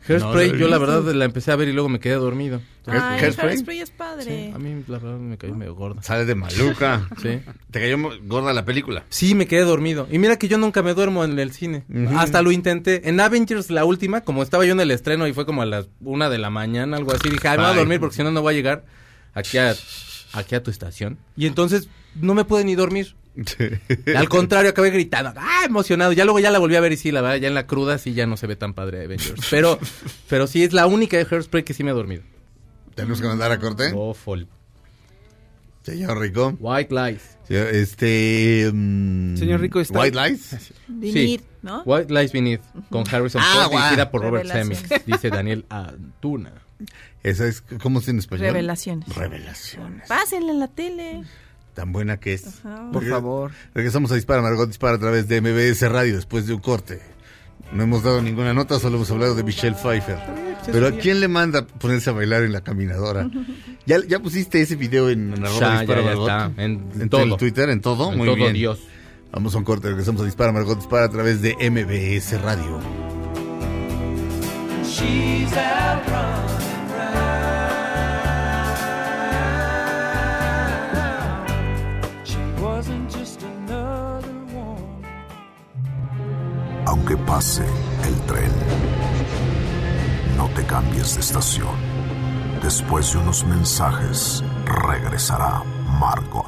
Hairspray, yo la verdad la empecé a ver y luego me quedé dormido. Hairspray es padre. Sí, a mí la verdad me cayó medio gorda. Sale de maluca. Sí. ¿Te cayó gorda la película? Sí, me quedé dormido. Y mira que yo nunca me duermo en el cine. Hasta lo intenté. En Avengers, la última, como estaba yo en el estreno y fue como a las 1 de la mañana, algo así, dije, me voy a dormir porque si no, no voy a llegar aquí a tu estación. Y entonces no me pude ni dormir. Al contrario, acabé gritando, emocionado. Ya luego ya la volví a ver y sí, la verdad, ya en la cruda sí ya no se ve tan padre Avengers. Pero sí es la única de Hairspray que sí me he dormido. ¿Tenemos que mandar a corte? No, full. Señor Rico. White Lies. Señor Rico está... White Lies. Beneath, sí. ¿No? White Lies Beneath, con Harrison Ford, dirigida por Robert Zemeckis, dice Daniel Antuna. Esa es, ¿cómo es en español? Revelaciones. Pásenla en la tele. Tan buena que es. Ajá. Por favor. Regresamos a Dispara, Margot Dispara a través de MBS Radio después de un corte. No hemos dado ninguna nota, solo hemos hablado de Michelle Pfeiffer. Pero ¿a quién le manda ponerse a bailar en la caminadora? ¿Ya pusiste ese video en arroba Dispara Margot? Ya está. En todo. ¿En Twitter? ¿En todo? En muy todo, bien. Dios. Vamos a un corte, regresamos a Dispara, Margot Dispara a través de MBS Radio. She's out running round. She wasn't just another one. Aunque pase el tren, no te cambies de estación. Después de unos mensajes, regresará Margot.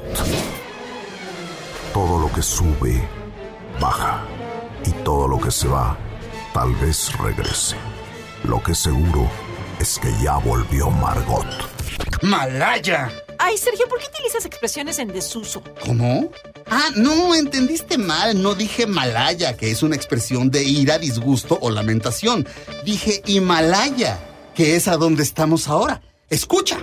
Todo lo que sube, baja. Y todo lo que se va, tal vez regrese. Lo que seguro es que ya volvió Margot. ¡Malaya! Ay, Sergio, ¿por qué utilizas expresiones en desuso? ¿Cómo? No, entendiste mal. No dije Malaya, que es una expresión de ira, disgusto o lamentación. Dije Himalaya, que es a donde estamos ahora. ¡Escucha!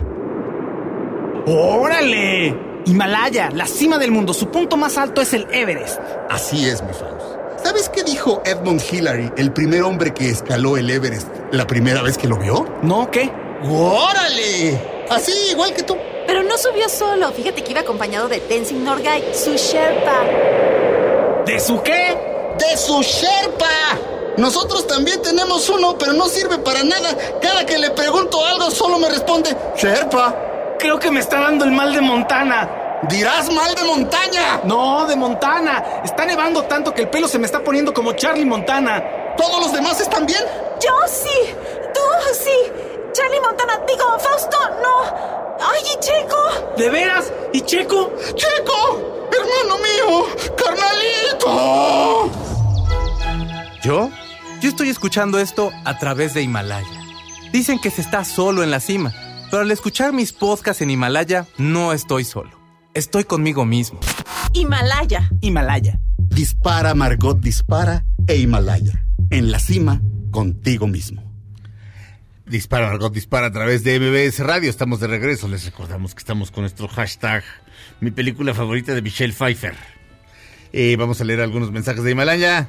¡Órale! Himalaya, la cima del mundo. Su punto más alto es el Everest. Así es, mi Faust. ¿Sabes qué dijo Edmund Hillary, el primer hombre que escaló el Everest, la primera vez que lo vio? ¿No? ¿Qué? ¡Órale! Así, igual que tú. Pero no subió solo. Fíjate que iba acompañado de Tenzin Norgay, su Sherpa. ¿De su qué? ¡De su Sherpa! Nosotros también tenemos uno, pero no sirve para nada. Cada que le pregunto algo, solo me responde Sherpa. Creo que me está dando el mal de Montana. ¡Dirás mal de montaña! No, de Montana. Está nevando tanto que el pelo se me está poniendo como Charlie Montana. ¿Todos los demás están bien? Yo sí. Tú sí. Charlie Montana, digo, Fausto, no. ¡Ay, y Checo! ¿De veras? ¿Y Checo? ¡Checo! ¡Hermano mío! ¡Carnalito! ¿Yo? Yo estoy escuchando esto a través de Himalaya. Dicen que se está solo en la cima, pero al escuchar mis podcasts en Himalaya, no estoy solo. Estoy conmigo mismo. Himalaya. Himalaya. Dispara, Margot, dispara e Himalaya. En la cima, contigo mismo. Dispara, Margot, dispara a través de MBS Radio. Estamos de regreso. Les recordamos que estamos con nuestro hashtag mi película favorita de Michelle Pfeiffer. Vamos a leer algunos mensajes de Himalaya.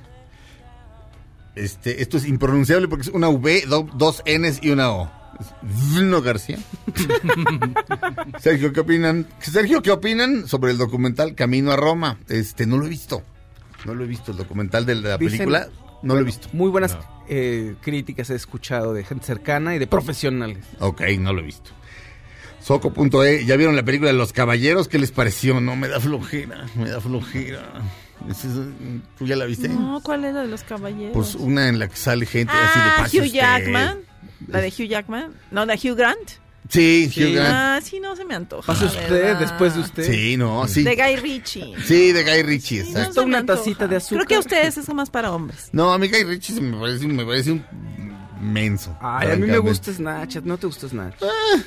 Esto es impronunciable porque es una V, dos Ns y una O. No, García. Sergio, ¿qué opinan? Sergio, ¿qué opinan sobre el documental Camino a Roma? No lo he visto. No lo he visto, el documental de la película. No lo he visto. Muy buenas críticas he escuchado de gente cercana y de profesionales. Ok, no lo he visto. Soco.e, ¿ya vieron la película de Los Caballeros? ¿Qué les pareció? No, me da flojera. ¿Tú ya la viste? No, ¿cuál era de Los Caballeros? Pues una en la que sale gente así de pase Hugh Jackman. ¿La de Hugh Jackman? ¿No, de Hugh Grant? Sí, Hugh Grant. Sí, no se me antoja. ¿Pase usted, después de usted? Sí, no, sí. De Guy Ritchie. Sí, de Guy Ritchie, exacto. No una tacita de azúcar. Creo que a ustedes es más para hombres. No, a mí Guy Ritchie me parece un menso. Ay, a mí me gusta Snatch. ¿No te gusta Snatch?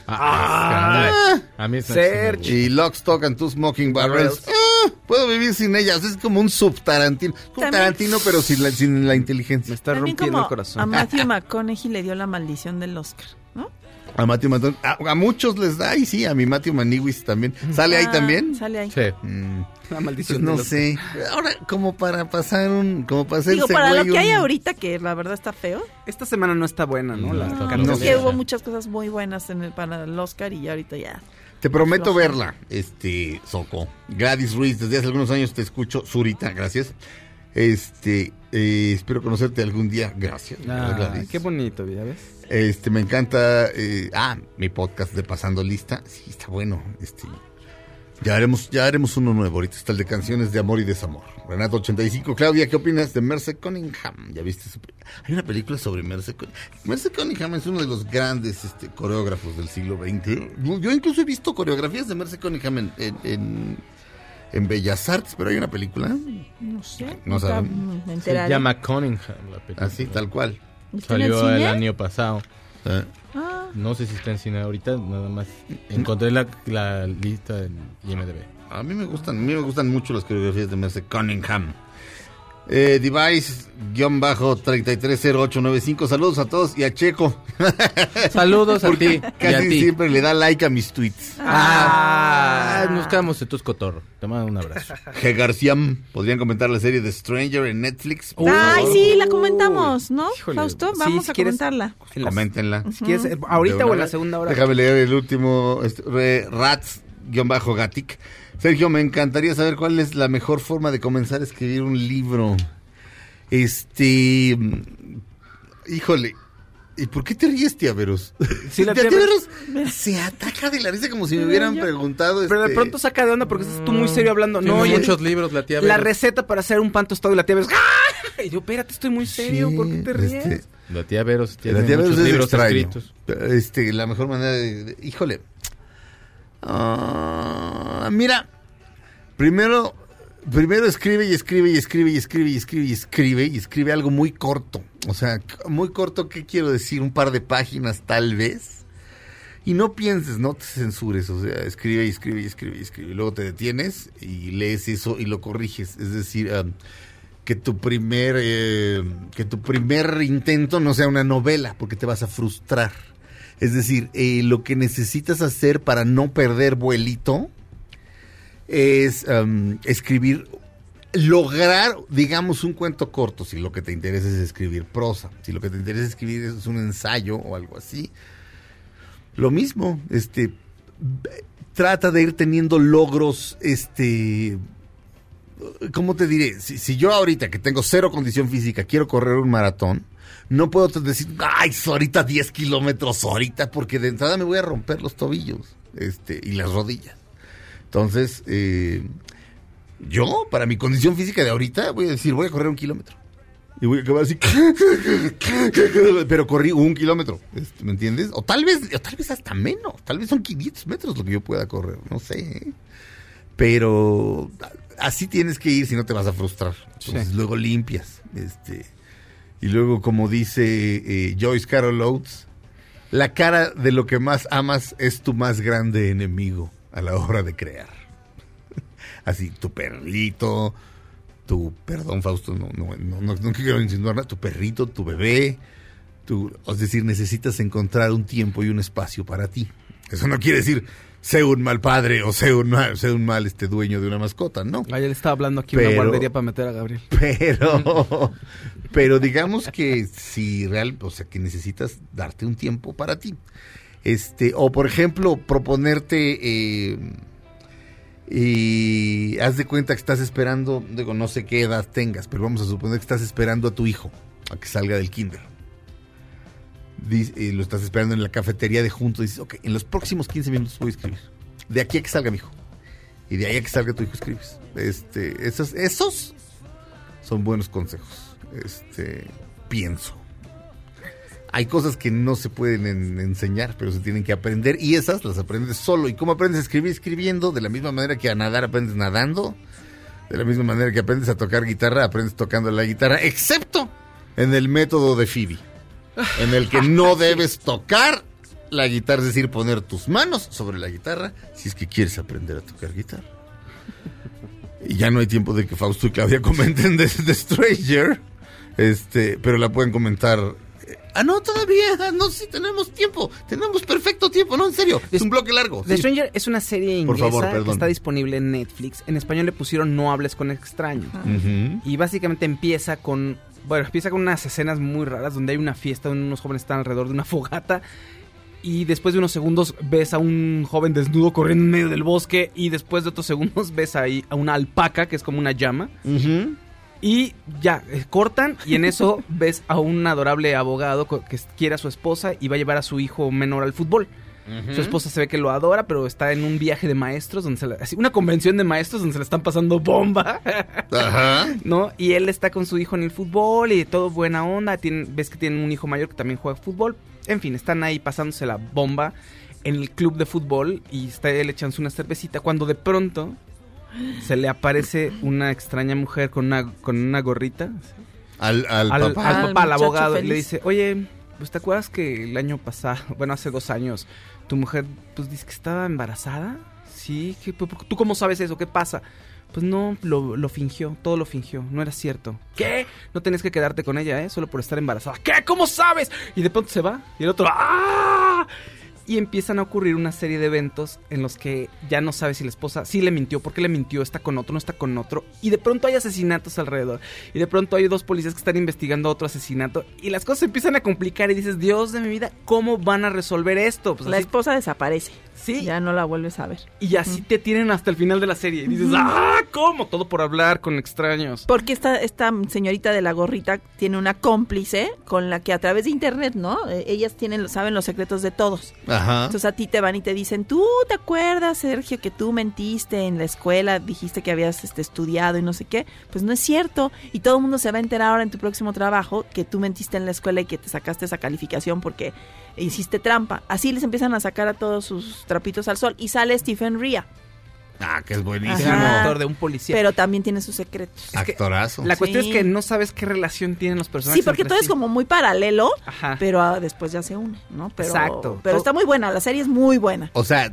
A mí Snatch. Y Lock, Stock and Two Smoking Barrels. Puedo vivir sin ellas. Es como un sub-Tarantino. Un Tarantino, pero sin la inteligencia. Me está rompiendo el corazón. A Matthew McConaughey le dio la maldición del Oscar, ¿no? A Matthew McConaughey. A muchos les da, y sí, a mi Matthew McConaughey también. ¿Sale ahí también? Sale ahí. Sí. La maldición pues no sé. Ahora, como para pasar Digo, para lo que hay ahorita, que la verdad está feo. Esta semana no está buena, ¿no? No, que hubo muchas cosas muy buenas para el Oscar y ya ahorita ya. Te prometo verla, Soco. Gladys Ruiz, desde hace algunos años te escucho. Zurita, gracias. Espero conocerte algún día. Gracias. Qué bonito, ¿ya ves? Me encanta. Mi podcast de Pasando Lista. Sí, está bueno. Ya haremos uno nuevo. Ahorita está el de canciones de amor y desamor. Renato 85. Claudia, ¿qué opinas de Merce Cunningham? ¿Ya viste? Hay una película sobre Merce Cunningham. Merce Cunningham es uno de los grandes coreógrafos del siglo XX. Yo incluso he visto coreografías de Merce Cunningham en Bellas Artes, pero hay una película. No sé. No sabemos. Se llama Cunningham la película. Así, tal cual. Salió el año pasado. No sé si está en cine ahorita, nada más encontré la lista en IMDb. A mí me gustan mucho las coreografías de Merce Cunningham. Device-330895. Saludos a todos y a Checo. Saludos a ti. Casi siempre le da like a mis tweets. Nos quedamos en tus cotorro. Te mando un abrazo. G. García, ¿podrían comentar la serie de Stranger en Netflix? Ay, sí, la comentamos, ¿no? Híjole. Fausto, vamos a comentarla. Coméntenla. Si quieres, ahorita o en la segunda hora. Déjame leer el último, Rats-Gatic. Sergio, me encantaría saber cuál es la mejor forma de comenzar a escribir un libro. Híjole, ¿y por qué te ríes, tía Veros? Sí, la tía Veros se ataca de la risa como si me hubieran preguntado. Pero de pronto saca de onda porque estás tú muy serio hablando. No, hay muchos libros, la tía Veros. La receta para hacer un pan tostado y la tía Veros. ¡Ah! Y yo, espérate, estoy muy serio, ¿por qué te ríes? La tía Veros tiene muchos libros escritos. La mejor manera híjole. Mira, primero escribe y escribe algo muy corto. O sea, muy corto, ¿qué quiero decir? Un par de páginas tal vez. Y no pienses, no te censures. O sea, escribe y luego te detienes y lees eso y lo corriges. Es decir, que tu primer intento no sea una novela, porque te vas a frustrar. Es decir, lo que necesitas hacer para no perder vuelito es escribir, lograr, digamos, un cuento corto, si lo que te interesa es escribir prosa, si lo que te interesa escribir es un ensayo o algo así. Lo mismo, trata de ir teniendo logros, ¿cómo te diré? Si yo ahorita que tengo cero condición física quiero correr un maratón, no puedo decir, ay, ahorita 10 kilómetros, ahorita, porque de entrada me voy a romper los tobillos y las rodillas. Entonces, yo, para mi condición física de ahorita, voy a correr 1 kilómetro. Y voy a acabar así, pero corrí 1 kilómetro, ¿me entiendes? O tal vez hasta menos, tal vez son 500 metros lo que yo pueda correr, no sé. Pero así tienes que ir, si no te vas a frustrar. Entonces, luego limpias, y luego, como dice Joyce Carol Oates, la cara de lo que más amas es tu más grande enemigo a la hora de crear. Así, tu perrito, perdón, Fausto, no quiero insinuar nada, tu perrito, tu bebé, es decir, necesitas encontrar un tiempo y un espacio para ti. Eso no quiere decir sé un mal padre o sé un mal dueño de una mascota, ¿no? Ayer estaba hablando aquí en una guardería para meter a Gabriel. Pero digamos que que necesitas darte un tiempo para ti. O por ejemplo, proponerte y haz de cuenta que estás esperando, no sé qué edad tengas, pero vamos a suponer que estás esperando a tu hijo a que salga del kinder. Lo estás esperando en la cafetería de juntos, dices, ok, en los próximos 15 minutos voy a escribir. De aquí a que salga mi hijo. Y de ahí a que salga tu hijo escribes. Esos son buenos consejos. Pienso. Hay cosas que no se pueden enseñar, pero se tienen que aprender, y esas las aprendes solo. ¿Y cómo aprendes a escribir? Escribiendo. De la misma manera que a nadar aprendes nadando. De la misma manera que aprendes a tocar guitarra, aprendes tocando la guitarra, excepto en el método de Phoebe, en el que no debes tocar la guitarra, es decir, poner tus manos sobre la guitarra si es que quieres aprender a tocar guitarra. Y ya no hay tiempo de que Fausto y Claudia comenten de Stranger, pero la pueden comentar. No, todavía, no, sí, tenemos tiempo, tenemos perfecto tiempo, no, en serio, es un bloque largo. The Stranger es una serie inglesa que está disponible en Netflix. En español le pusieron No hables con extraños. Y básicamente empieza con unas escenas muy raras donde hay una fiesta donde unos jóvenes están alrededor de una fogata y después de unos segundos ves a un joven desnudo corriendo en medio del bosque y después de otros segundos ves ahí a una alpaca que es como una llama. Y ya, cortan y en eso ves a un adorable abogado que quiere a su esposa y va a llevar a su hijo menor al fútbol. Su esposa se ve que lo adora, pero está en un viaje de maestros, una convención de maestros donde se le están pasando bomba. Ajá. ¿No? Y él está con su hijo en el fútbol y todo buena onda. Ves que tienen un hijo mayor que también juega fútbol. En fin, están ahí pasándose la bomba en el club de fútbol y está él echándose una cervecita cuando de pronto se le aparece una extraña mujer con una gorrita al papá, al abogado, feliz. Y le dice, oye, pues ¿te acuerdas que el año pasado, bueno, hace 2 años, tu mujer pues dice que estaba embarazada? Sí, ¿tú cómo sabes eso? ¿Qué pasa? Pues no, lo fingió, todo lo fingió, no era cierto. ¿Qué? No tenías que quedarte con ella, solo por estar embarazada. ¿Qué? ¿Cómo sabes? Y de pronto se va, y el otro, ¡ah! Y empiezan a ocurrir una serie de eventos en los que ya no sabes si la esposa sí le mintió, por qué le mintió, está con otro, no está con otro. Y de pronto hay asesinatos alrededor. Y de pronto hay 2 policías que están investigando otro asesinato. Y las cosas se empiezan a complicar y dices, Dios de mi vida, ¿cómo van a resolver esto? Pues la esposa desaparece. Sí. Ya no la vuelves a ver. Y así te tienen hasta el final de la serie. Y dices, ¡ah! ¿Cómo? Todo por hablar con extraños. Porque esta señorita de la gorrita tiene una cómplice con la que a través de internet, ¿no? Ellas saben los secretos de todos. Ajá. Entonces a ti te van y te dicen, ¿tú te acuerdas, Sergio, que tú mentiste en la escuela? Dijiste que habías estudiado y no sé qué. Pues no es cierto. Y todo el mundo se va a enterar ahora en tu próximo trabajo que tú mentiste en la escuela y que te sacaste esa calificación porque hiciste trampa. Así les empiezan a sacar a todos sus trapitos al sol. Y sale Stephen Rea. Ah, que es buenísimo. Es el actor de un policía. Pero también tiene sus secretos. Actorazo. La cuestión es que no sabes qué relación tienen los personajes. Sí, porque todo es como muy paralelo, pero después ya se une, ¿no? Pero, exacto. Pero está muy buena, la serie es muy buena. O sea,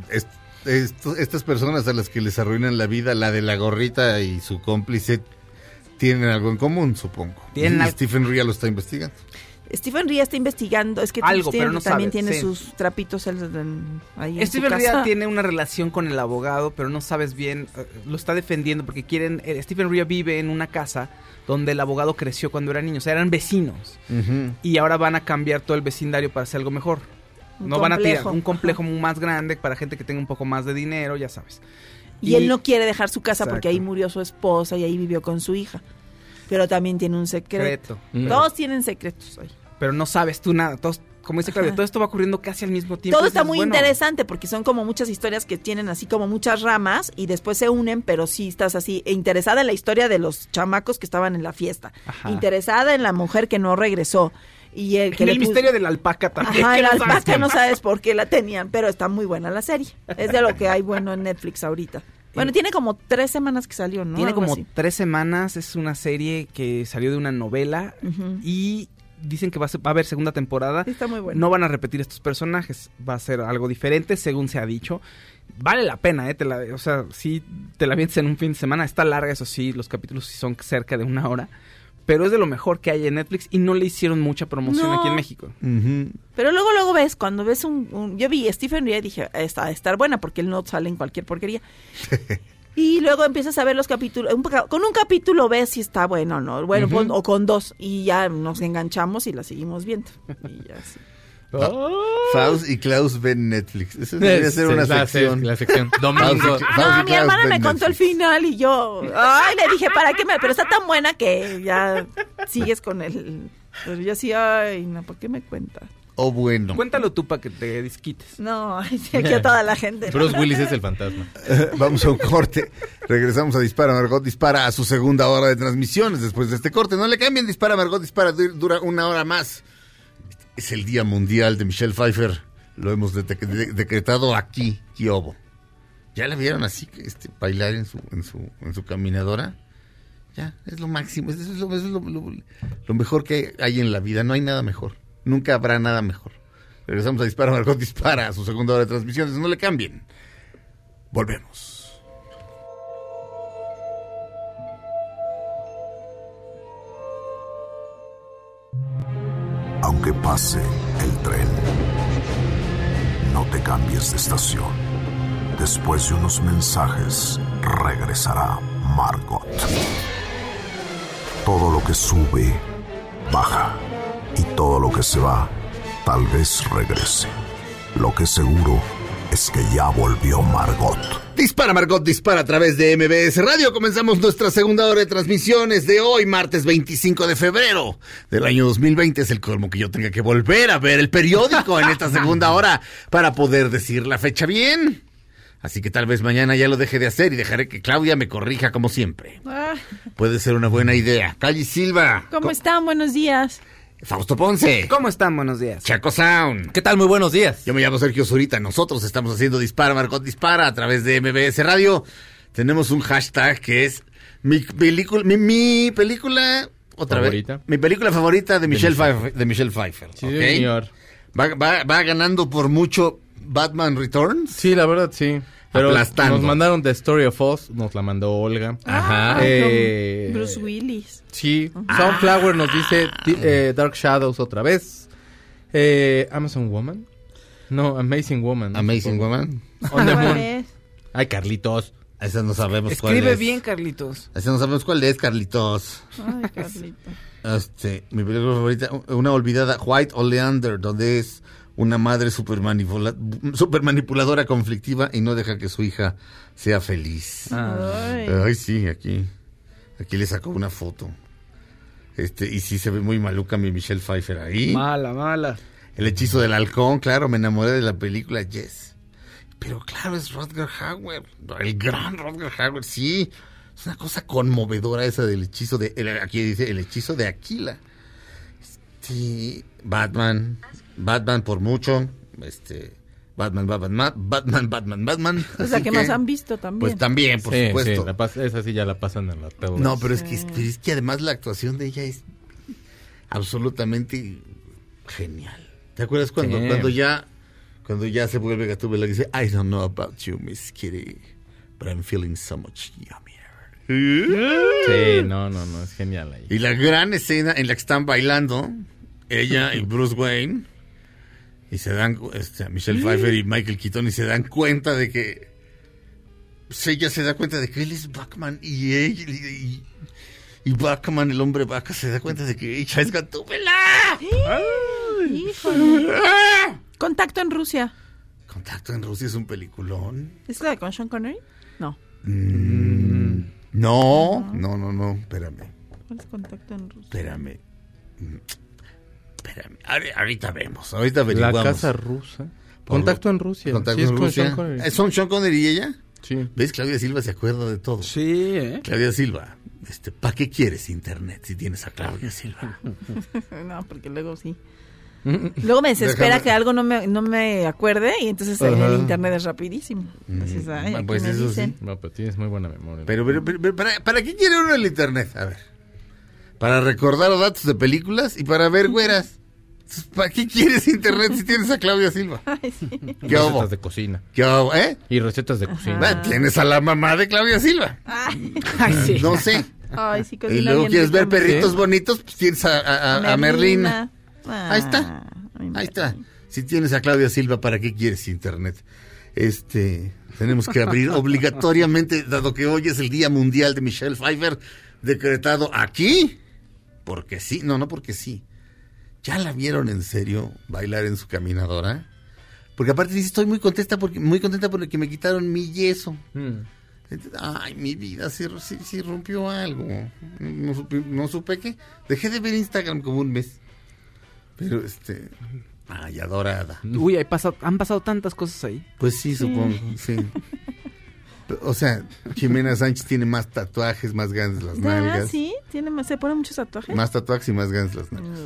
estas personas a las que les arruinan la vida, la de la gorrita y su cómplice, tienen algo en común, supongo. Stephen Rea lo está investigando. Stephen Rea está investigando, es que algo, pero no también sabe, tiene sus trapitos ahí en Stephen su Rea casa. tiene una relación con el abogado, pero no sabes bien, lo está defendiendo porque Stephen Rea vive en una casa donde el abogado creció cuando era niño, o sea, eran vecinos. Y ahora van a cambiar todo el vecindario para hacer algo mejor. Van a tirar un complejo más grande para gente que tenga un poco más de dinero, ya sabes. Y él no quiere dejar su casa porque ahí murió su esposa y ahí vivió con su hija. Pero también tiene un secreto. Todos tienen secretos ahí. Pero no sabes tú nada. Todos, como dice Claudia, todo esto va ocurriendo casi al mismo tiempo. Todo está muy interesante porque son como muchas historias que tienen así como muchas ramas y después se unen, pero sí estás así interesada en la historia de los chamacos que estaban en la fiesta. Interesada en la mujer que no regresó. Y el misterio de la alpaca también. Ajá, la alpaca no sabes por qué la tenían, pero está muy buena la serie. Es de lo que hay bueno en Netflix ahorita. Bueno, tiene como 3 semanas que salió, ¿no? Tiene algo como así. 3 semanas, es una serie que salió de una novela y dicen que va a haber segunda temporada. Sí, está muy bueno. No van a repetir estos personajes, va a ser algo diferente, según se ha dicho. Vale la pena, o sea, sí te la vientes en un fin de semana, está larga, eso sí, los capítulos sí son cerca de 1 hora. Pero es de lo mejor que hay en Netflix y no le hicieron mucha promoción aquí en México. Pero luego ves, cuando ves yo vi Stephen Rea y dije, está a estar buena porque él no sale en cualquier porquería. Y luego empiezas a ver los capítulos, con un capítulo ves si está bueno o no, bueno, o con 2 y ya nos enganchamos y la seguimos viendo. Y ya sí. Faust y Klaus ven Netflix. Eso debería ser una sección. La sección. Domingo. No, mi hermana me contó el final y yo, le dije, ¿para qué pero está tan buena que ya sigues con él. Pero yo así, no, ¿por qué me cuentas? Bueno. Cuéntalo tú para que te desquites. No, aquí a toda la gente. Bruce Willis es el fantasma. Vamos a un corte. Regresamos a Dispara, Margot Dispara a su segunda hora de transmisiones después de este corte. No le cambien, Dispara, Margot Dispara, dura 1 hora más. Es el Día Mundial de Michelle Pfeiffer. Lo hemos decretado aquí, Kiobo. ¿Ya la vieron así, bailar en su caminadora? Ya, es lo máximo. Eso es lo mejor que hay en la vida. No hay nada mejor. Nunca habrá nada mejor. Regresamos a Dispara, Margot Dispara a su segunda hora de transmisiones. No le cambien. Volvemos. Aunque pase el tren, no te cambies de estación. Después de unos mensajes, regresará Margot. Todo lo que sube, baja. Y todo lo que se va, tal vez regrese. Lo que seguro es que ya volvió Margot. Dispara, Margot, dispara a través de MBS Radio. Comenzamos nuestra segunda hora de transmisiones de hoy, martes 25 de febrero del año 2020. Es el colmo que yo tenga que volver a ver el periódico en esta segunda hora para poder decir la fecha bien. Así que tal vez mañana ya lo deje de hacer y dejaré que Claudia me corrija como siempre. Puede ser una buena idea. Calle Silva. ¿Cómo están? Buenos días. Fausto Ponce. ¿Cómo están? Buenos días. Chaco Sound. ¿Qué tal? Muy buenos días. Yo me llamo Sergio Zurita. Nosotros estamos haciendo Dispara, Margot Dispara a través de MBS Radio. Tenemos un hashtag que es mi película otra ¿Favorita? vez. Mi película favorita de Michelle Pfeiffer. Sí, ¿okay? señor. Va ganando por mucho Batman Returns. Sí, la verdad, sí. Pero aplastando. Nos mandaron The Story of Us, nos la mandó Olga. Ajá. Bruce Willis. Sí. Sunflower nos dice Dark Shadows otra vez. Amazon Woman. No, Amazing Woman. Amazing Woman. On the Moon. Ay, Carlitos. Esa no sabemos cuál es. Escribe bien, Carlitos. Esa no sabemos cuál es, Carlitos. Ay, Carlito. Mi película favorita, una olvidada, White Oleander, donde es una madre super manipuladora, conflictiva y no deja que su hija sea feliz. Ay, sí, aquí le sacó una foto. Y sí se ve muy maluca mi Michelle Pfeiffer ahí. Mala. El hechizo del halcón, claro, me enamoré de la película Yes. Pero claro, es Rutger Hauer, el gran Rutger Hauer, sí. Es una cosa conmovedora esa del hechizo aquí dice, el hechizo de Aquila. Sí, Batman por mucho, Batman. Es la que más han visto también. Pues también, por supuesto. Sí, esa sí ya la pasan en la tele. No, pero es que además la actuación de ella es absolutamente genial. ¿Te acuerdas cuando ya se vuelve Gatúbela y dice, I don't know about you, Miss Kitty, but I'm feeling so much yummier. Sí, no, es genial ahí. Y la gran escena en la que están bailando ella y Bruce Wayne y se dan Michelle Pfeiffer y Michael Keaton y se dan cuenta de que ella se da cuenta de que él es Batman y ella y Batman, el hombre vaca, se da cuenta de que ella es Gatúbela. Híjole. Contacto en Rusia es un peliculón. ¿Es la con Sean Connery? No. No, espérame. ¿Cuál es Contacto en Rusia? Espérame. Ahorita vemos, ahorita averiguamos. La casa rusa. Contacto en Rusia. Contacto en Rusia. Sean Connery. ¿Son Sean Connery y ella? Sí. ¿Ves? Claudia Silva se acuerda de todo. Sí, Claudia Silva, ¿para qué quieres internet si tienes a Claudia Silva? No, porque luego sí. Luego me desespera que algo no me acuerde y entonces en el internet es rapidísimo. Entonces, pues eso sí. No, pero tienes muy buena memoria. Pero ¿para qué quiere uno el internet? A ver. Para recordar los datos de películas y para ver güeras. ¿Para qué quieres internet si tienes a Claudia Silva? Ay, sí. Y recetas de cocina. Y recetas de cocina. Tienes a la mamá de Claudia Silva. Ay, sí. No sé. Ay, sí, y luego quieres ver perritos bonitos, pues tienes a Merlina. Ahí está. Si tienes a Claudia Silva, ¿para qué quieres internet? Tenemos que abrir obligatoriamente, dado que hoy es el Día Mundial de Michelle Pfeiffer, decretado aquí, porque sí, no porque sí. ¿Ya la vieron en serio bailar en su caminadora? Porque aparte dice, estoy muy contenta porque me quitaron mi yeso. Ay, mi vida, sí rompió algo. No supe qué. Dejé de ver Instagram como un mes. Pero ay, adorada. Uy, han pasado tantas cosas ahí. Pues sí, supongo, sí. O sea, Jimena Sánchez tiene más tatuajes, más grandes las nalgas. Sí, se pone muchos tatuajes. Más tatuajes y más grandes las nalgas.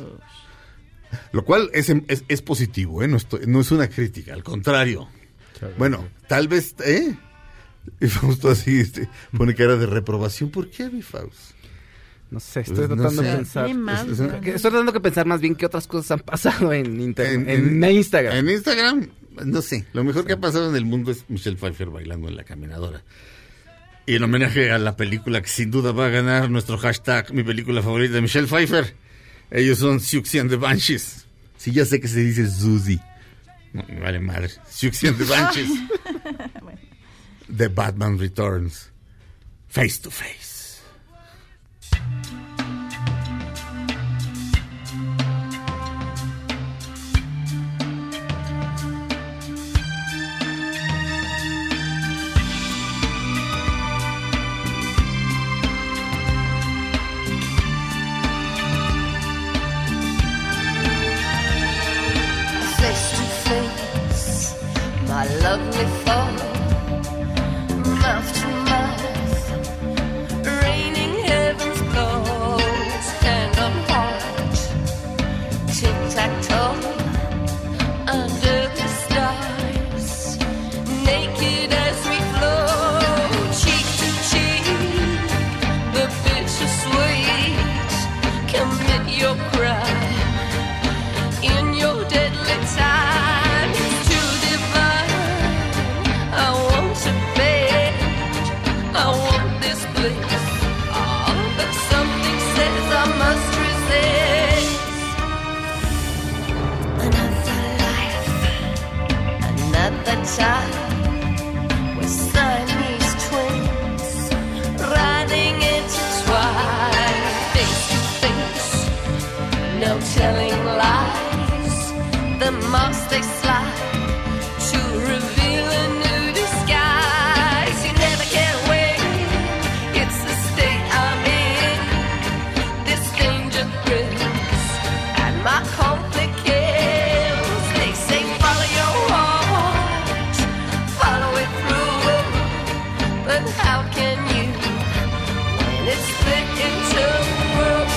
Lo cual es positivo, no es una crítica, al contrario. Bueno, tal vez, Y Fausto así pone cara de reprobación. ¿Por qué, mi Fausto? No sé, estoy tratando de pensar. Estoy tratando de pensar más bien qué otras cosas han pasado en Instagram. En Instagram, no sé. Lo mejor que ha pasado en el mundo es Michelle Pfeiffer bailando en la caminadora. Y en homenaje a la película que sin duda va a ganar nuestro hashtag, mi película favorita de Michelle Pfeiffer. Ellos son Siouxsie and the Banshees. Sí, ya sé que se dice Susie. No, me vale madre. Siouxsie and the Banshees. Bueno. The Batman Returns. Face to Face. want this bliss. But something says I must resist. Another life, another child. We're Siamese twins, riding intertwined, face to face, no telling lies. The moss they slide to reveal a new disguise. You never get away, it's the state I'm in. This danger thrills and my conflict kills. They say follow your heart, follow it through. But how can you when it's split into worlds?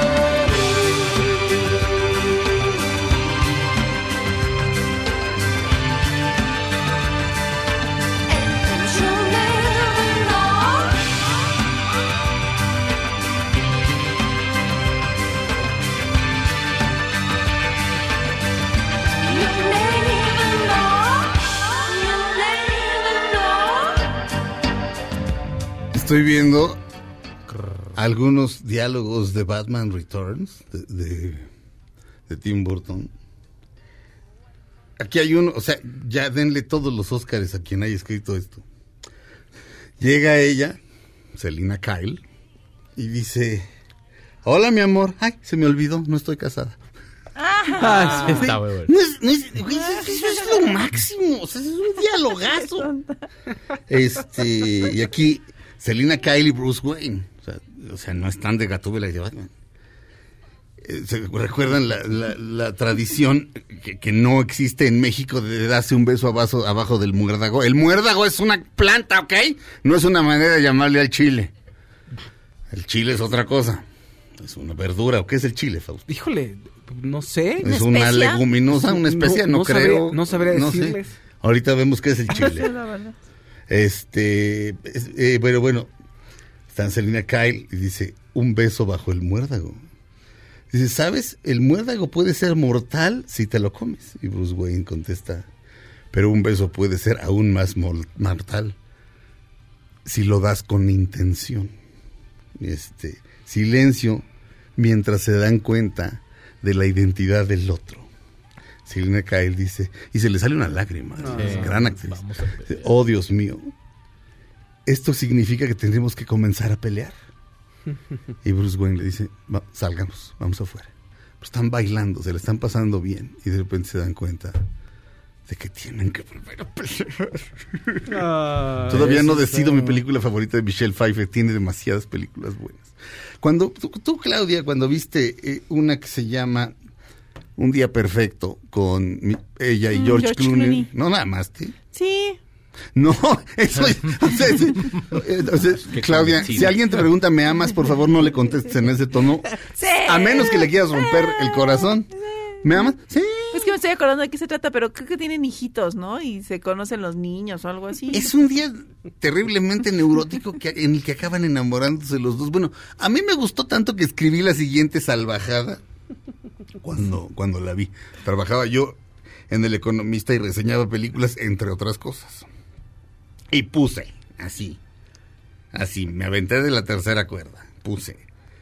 Estoy viendo algunos diálogos de Batman Returns de Tim Burton. Aquí hay uno, o sea, ya denle todos los Óscares a quien haya escrito esto. Llega ella, Selina Kyle, y dice: hola, mi amor. Ay, se me olvidó, no estoy casada. Ah, sí, está muy bueno. Eso es lo máximo, o sea, es un dialogazo. Y aquí Selina Kyle y Bruce Wayne, o sea, no están de Gatúbela y de Batman. ¿Se recuerdan la tradición que no existe en México de darse un beso abajo del muérdago? El muérdago es una planta, ¿ok? No es una manera de llamarle al chile. El chile es otra cosa. Es una verdura. ¿O qué es el chile, Fausto? Híjole, no sé. Es una leguminosa, una especia, no creo. No sabría decirles. Sé. Ahorita vemos qué es el chile. Pero bueno, está Selina Kyle y dice: un beso bajo el muérdago. Dice: ¿sabes? El muérdago puede ser mortal si te lo comes. Y Bruce Wayne contesta: pero un beso puede ser aún más mortal si lo das con intención. Silencio mientras se dan cuenta de la identidad del otro. Selina Kyle dice, y se le sale una lágrima, gran actriz. Oh, Dios mío, esto significa que tendremos que comenzar a pelear. Y Bruce Wayne le dice: salgamos, vamos afuera. Pero están bailando, se le están pasando bien, y de repente se dan cuenta de que tienen que volver a pelear. Todavía no decido mi película favorita de Michelle Pfeiffer, tiene demasiadas películas buenas. Cuando tú, Claudia, cuando viste una que se llama Un Día Perfecto con ella y George Clooney, ¿no nada más? Sí. No, eso es, Claudia, si alguien te pregunta ¿me amas? Por favor no le contestes en ese tono, sí. A menos que le quieras romper el corazón. ¿Me amas? Sí. Es que me estoy acordando de qué se trata, pero creo que tienen hijitos, ¿no? Y se conocen los niños o algo así. Es un día terriblemente neurótico en el que acaban enamorándose los dos. Bueno, a mí me gustó tanto que escribí la siguiente salvajada cuando la vi. Trabajaba yo en El Economista y reseñaba películas, entre otras cosas. Y puse, así, me aventé de la tercera cuerda, puse.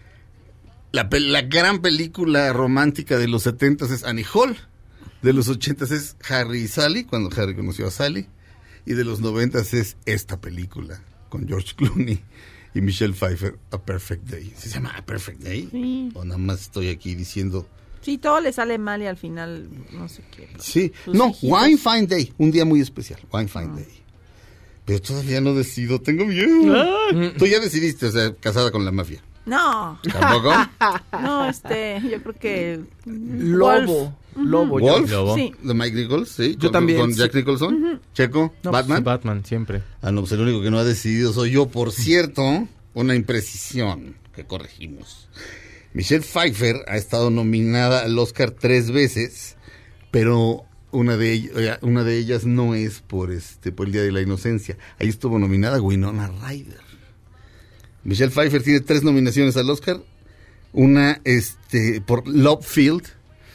La gran película romántica de los 70s es Annie Hall, de los 80s es Harry y Sally, cuando Harry conoció a Sally, y de los 90s es esta película, con George Clooney y Michelle Pfeiffer, A Perfect Day. ¿Se llama A Perfect Day? Sí. O nada más estoy aquí diciendo... Sí, todo le sale mal y al final no sé qué. Sí, no, Wine Fine Day, un día muy especial, Wine Fine Day. Pero todavía no decido, tengo miedo. Tú ya decidiste, o sea, casada con la mafia. No. ¿Tampoco? No, yo creo que... Lobo. ¿Wolf? Sí. ¿De Mike Nichols? Sí. Yo también. ¿Con Jack Nicholson? Uh-huh. ¿Checo? No, ¿Batman? Pues, Batman, siempre. Ah, no, pues el único que no ha decidido soy yo. Por cierto, una imprecisión que corregimos. Michelle Pfeiffer ha estado nominada al Oscar 3 veces, pero una de ellas no es por el Día de la Inocencia. Ahí estuvo nominada Winona Ryder. Michelle Pfeiffer tiene 3 nominaciones al Oscar. Una por Love Field.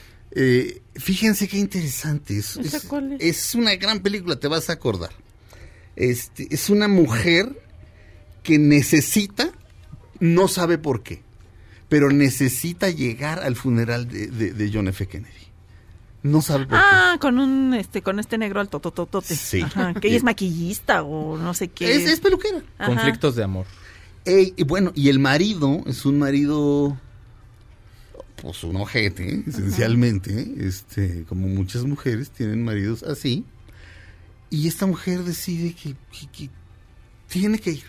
Fíjense qué interesante. Es una gran película, te vas a acordar. Es una mujer que necesita, no sabe por qué, pero necesita llegar al funeral de John F. Kennedy. No sabe por qué. Con este negro alto, tototote. Sí. Ajá, que ella es maquillista o no sé qué. Es peluquera. Ajá. Conflictos de amor. Y bueno, y el marido es un marido, pues un ojete, esencialmente, como muchas mujeres tienen maridos así, y esta mujer decide que tiene que ir.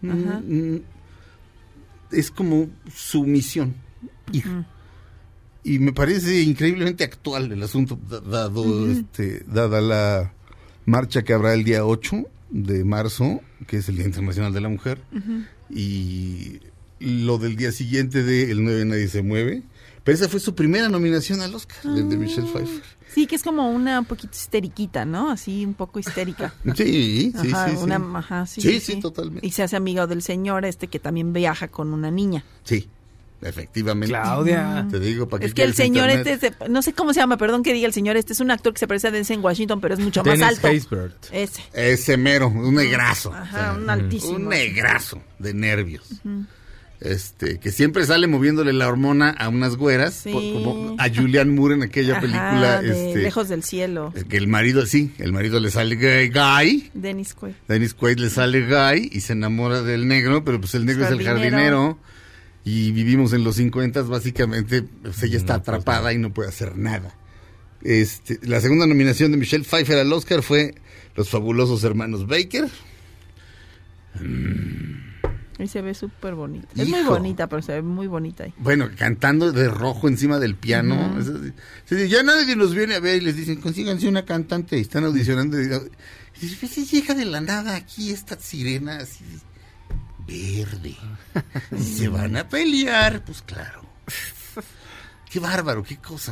Es como su misión, ir. Y me parece increíblemente actual el asunto, dada la marcha que habrá el día 8 de marzo, que es el Día Internacional de la Mujer, y lo del día siguiente el 9 Nadie se mueve. Pero esa fue su primera nominación al Oscar, de Michelle Pfeiffer. Sí, que es como una un poquito histeriquita, ¿no? Así un poco histérica. Sí, sí, totalmente. Y se hace amigo del señor que también viaja con una niña. Sí, efectivamente. Claudia. Te digo, ¿para qué es que el señor internet? no sé cómo se llama, perdón que diga el señor, es un actor que se parece a Denzel Washington, pero es mucho más alto. Haysbert. Ese mero, un negrazo. Ajá, un altísimo. Un negrazo de nervios. Que siempre sale moviéndole la hormona a unas güeras, como a Julianne Moore en aquella película. Lejos del cielo. Que el marido le sale gay. Dennis Quaid le sale gay y se enamora del negro, pero pues el negro es el jardinero. Y vivimos en los 50, básicamente, pues ella está atrapada y no puede hacer nada. La segunda nominación de Michelle Pfeiffer al Oscar fue Los fabulosos hermanos Baker. Y se ve súper bonita. Es muy bonita, pero se ve muy bonita ahí. Bueno, cantando de rojo encima del piano. Ya nadie nos viene a ver y les dicen, consíganse una cantante. Y están audicionando. Y llega de la nada aquí esta sirena así verde. Y se van a pelear, pues claro. Qué bárbaro, qué cosa.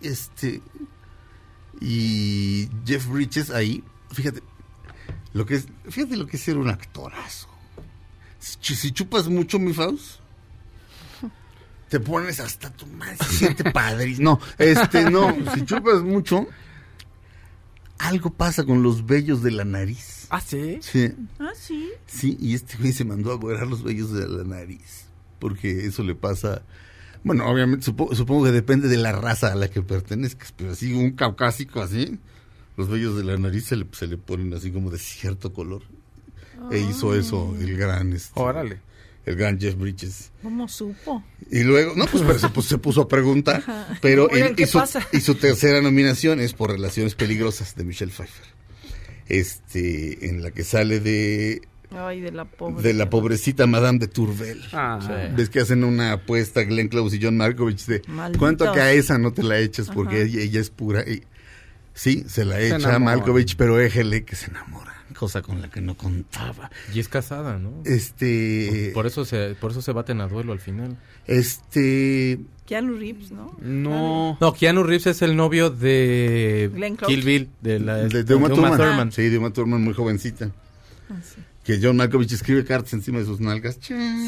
Y Jeff Bridges ahí, fíjate lo que es ser un actorazo. Si chupas mucho, mi Faust, te pones hasta tu madre, se siente padrísimo. No, si chupas mucho, algo pasa con los vellos de la nariz. ¿Ah, sí? Sí. ¿Ah, sí? Sí, y este güey se mandó a operar los vellos de la nariz, porque eso le pasa. Bueno, obviamente, supongo que depende de la raza a la que pertenezcas, pero así, un caucásico así, los vellos de la nariz se le ponen así como de cierto color. E hizo eso el gran órale. El gran Jeff Bridges. ¿Cómo supo? Y luego, se puso a preguntar. Ajá. Pero Oigan, ¿qué pasa? Y su tercera nominación es por Relaciones Peligrosas de Michelle Pfeiffer. En la que sale de la pobrecita Madame de Tourvel. Ves que hacen una apuesta Glenn Close y John Malkovich de malditos. ¿Cuánto que a esa no te la echas? Porque ella es pura. Y, sí, se la echa a Malkovich, pero éjele que se enamora. Cosa con la que no contaba. Y es casada, ¿no? Por eso se baten a duelo al final. Keanu Reeves, ¿no? No, Keanu Reeves es el novio de Kill Bill, de Uma Thurman. Sí, de Uma Thurman, muy jovencita. Sí. Que John Malkovich escribe cartas encima de sus nalgas.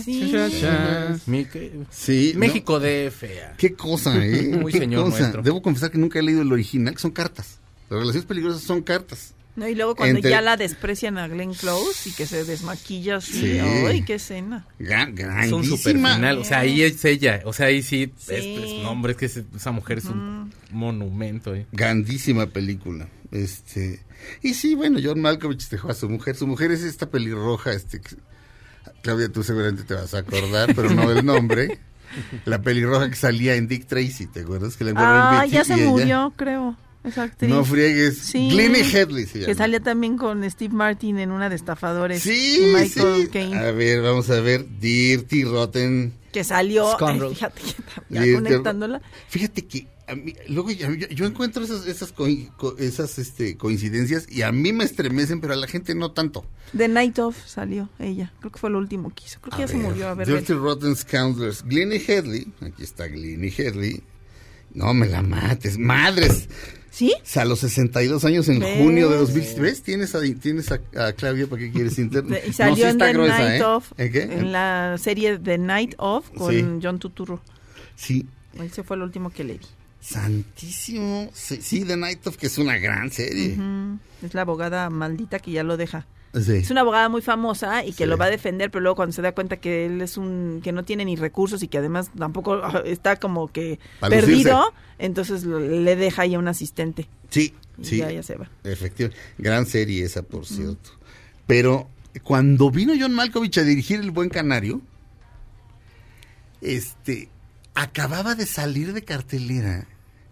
Sí. México de fea. Qué cosa, Muy señor nuestro. Debo confesar que nunca he leído el original, que son cartas. Las Relaciones Peligrosas son cartas. No, y luego cuando ya la desprecian a Glenn Close y que se desmaquilla así. Sí. ¡Ay, qué escena! Es un super final. O sea, ahí es ella. O sea, ahí sí. Es que esa mujer es un monumento. Grandísima película. Y sí, bueno, John Malkovich dejó a su mujer. Su mujer es esta pelirroja. Claudia, tú seguramente te vas a acordar, pero no del nombre. La pelirroja que salía en Dick Tracy, ¿te acuerdas? Que la ya se murió, creo. Exacto. No friegues. Sí. Glennie Headley se llama. Que salía también con Steve Martin en una de Estafadores. Sí, y Michael Caine. A ver, vamos a ver. Dirty Rotten. Que salió. Fíjate que ya conectándola. Fíjate que a mí, luego yo encuentro esas coincidencias y a mí me estremecen, pero a la gente no tanto. The Night Of salió ella. Creo que fue lo último que hizo. Creo que ya se murió. A ver. Dirty Rotten Scoundrels. Glennie Headley. Aquí está Glennie Headley. No me la mates. ¡Madres! ¿Sí? O sea, a los 62 años en junio de 2003 tienes a Claudia, ¿para qué quieres internet? Y salió en The gruesa, Night Of, ¿En en la serie The Night Of con John Turturro. Sí. Ese fue el último que le vi. Santísimo. Sí, The Night Of, que es una gran serie. Es la abogada maldita que ya lo deja. Sí. Es una abogada muy famosa y que lo va a defender, pero luego cuando se da cuenta que él es que no tiene ni recursos y que además tampoco está como que perdido, entonces le deja ahí a un asistente. Sí, y ya se va. Efectivamente. Gran serie esa, por cierto. Pero cuando vino John Malkovich a dirigir El Buen Canario, acababa de salir de cartelera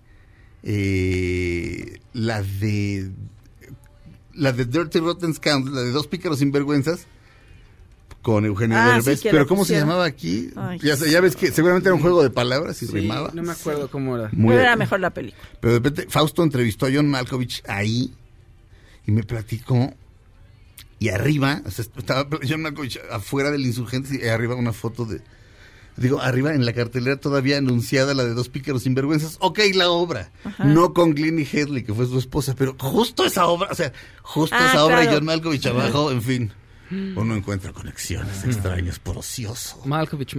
la de Dirty Rotten Scoundrels, la de Dos Pícaros Sinvergüenzas, con Eugenio Derbez, pero ¿cómo se llamaba aquí? Ya ves que seguramente era un juego de palabras y rimaba. No me acuerdo cómo era. Pero era mejor la película. Pero de repente Fausto entrevistó a John Malkovich ahí y me platicó, y arriba, o sea, estaba John Malkovich afuera del Insurgentes y arriba una foto arriba en la cartelera todavía anunciada la de Dos Pícaros Sinvergüenzas. Ok, la obra. Ajá. No con Glennie Headley, que fue su esposa, pero justo esa obra, obra y John Malkovich abajo, en fin. Uno encuentra conexiones extrañas por ocioso. Malkovich.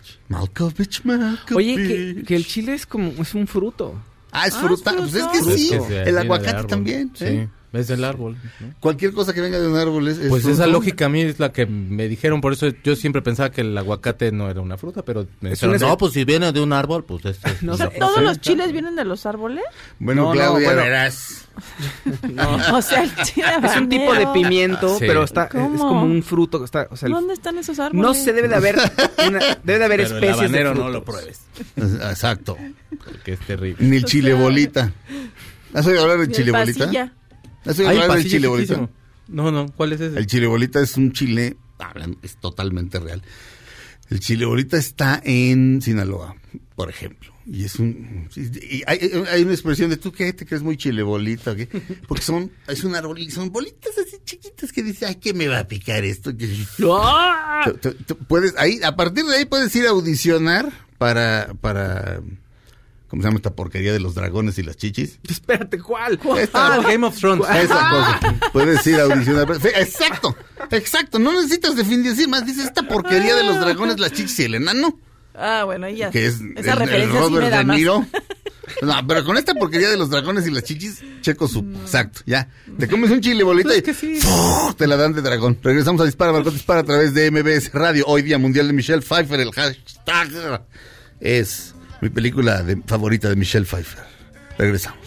Oye, que el chile es un fruto. Es fruta. Pues es que sí. El aguacate también. Sí. Es del árbol, ¿no? Cualquier cosa que venga de un árbol es pues fruta. Esa lógica a mí es la que me dijeron, por eso yo siempre pensaba que el aguacate no era una fruta, pero me dijeron, no, pues si viene de un árbol, pues ¿todos los chiles vienen de los árboles? Bueno, Claudia, verás. O sea, el chile es un tipo de pimiento, pero es como un fruto. ¿Dónde están esos árboles? No se debe de haber especies de frutos. No lo pruebes. Exacto. Porque es terrible. Ni el chile bolita. ¿Has oído hablar del chile bolita? ¿Has oído hablar del chile bolita? No, ¿cuál es ese? El chile bolita es un chile, es totalmente real. El chile bolita está en Sinaloa, por ejemplo. Y hay una expresión de, ¿tú qué? ¿Te crees muy chile bolita? ¿O qué? Porque es un árbol y son bolitas así chiquitas que dices, ay, ¿qué me va a picar esto? Puedes, a partir de ahí puedes ir a audicionar para ¿cómo se llama esta porquería de los dragones y las chichis? Espérate, ¿cuál? Game of Thrones. Esa cosa. Puedes ir a audicionar. Exacto. No necesitas decir más. Dices esta porquería de los dragones, las chichis y el enano. Bueno, ya. Que es esa el Robert De Niro. No, pero con esta porquería de los dragones y las chichis, checo su... Exacto, ya. Te comes un chile bolita y te la dan de dragón. Regresamos a Dispara, Margot Dispara a través de MBS Radio. Hoy Día Mundial de Michelle Pfeiffer. El hashtag es... mi película favorita de Michelle Pfeiffer. Regresamos.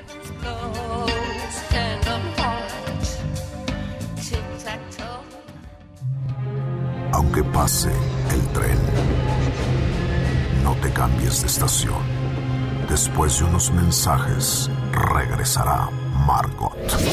Aunque pase el tren, no te cambies de estación. Después de unos mensajes, regresará Margot.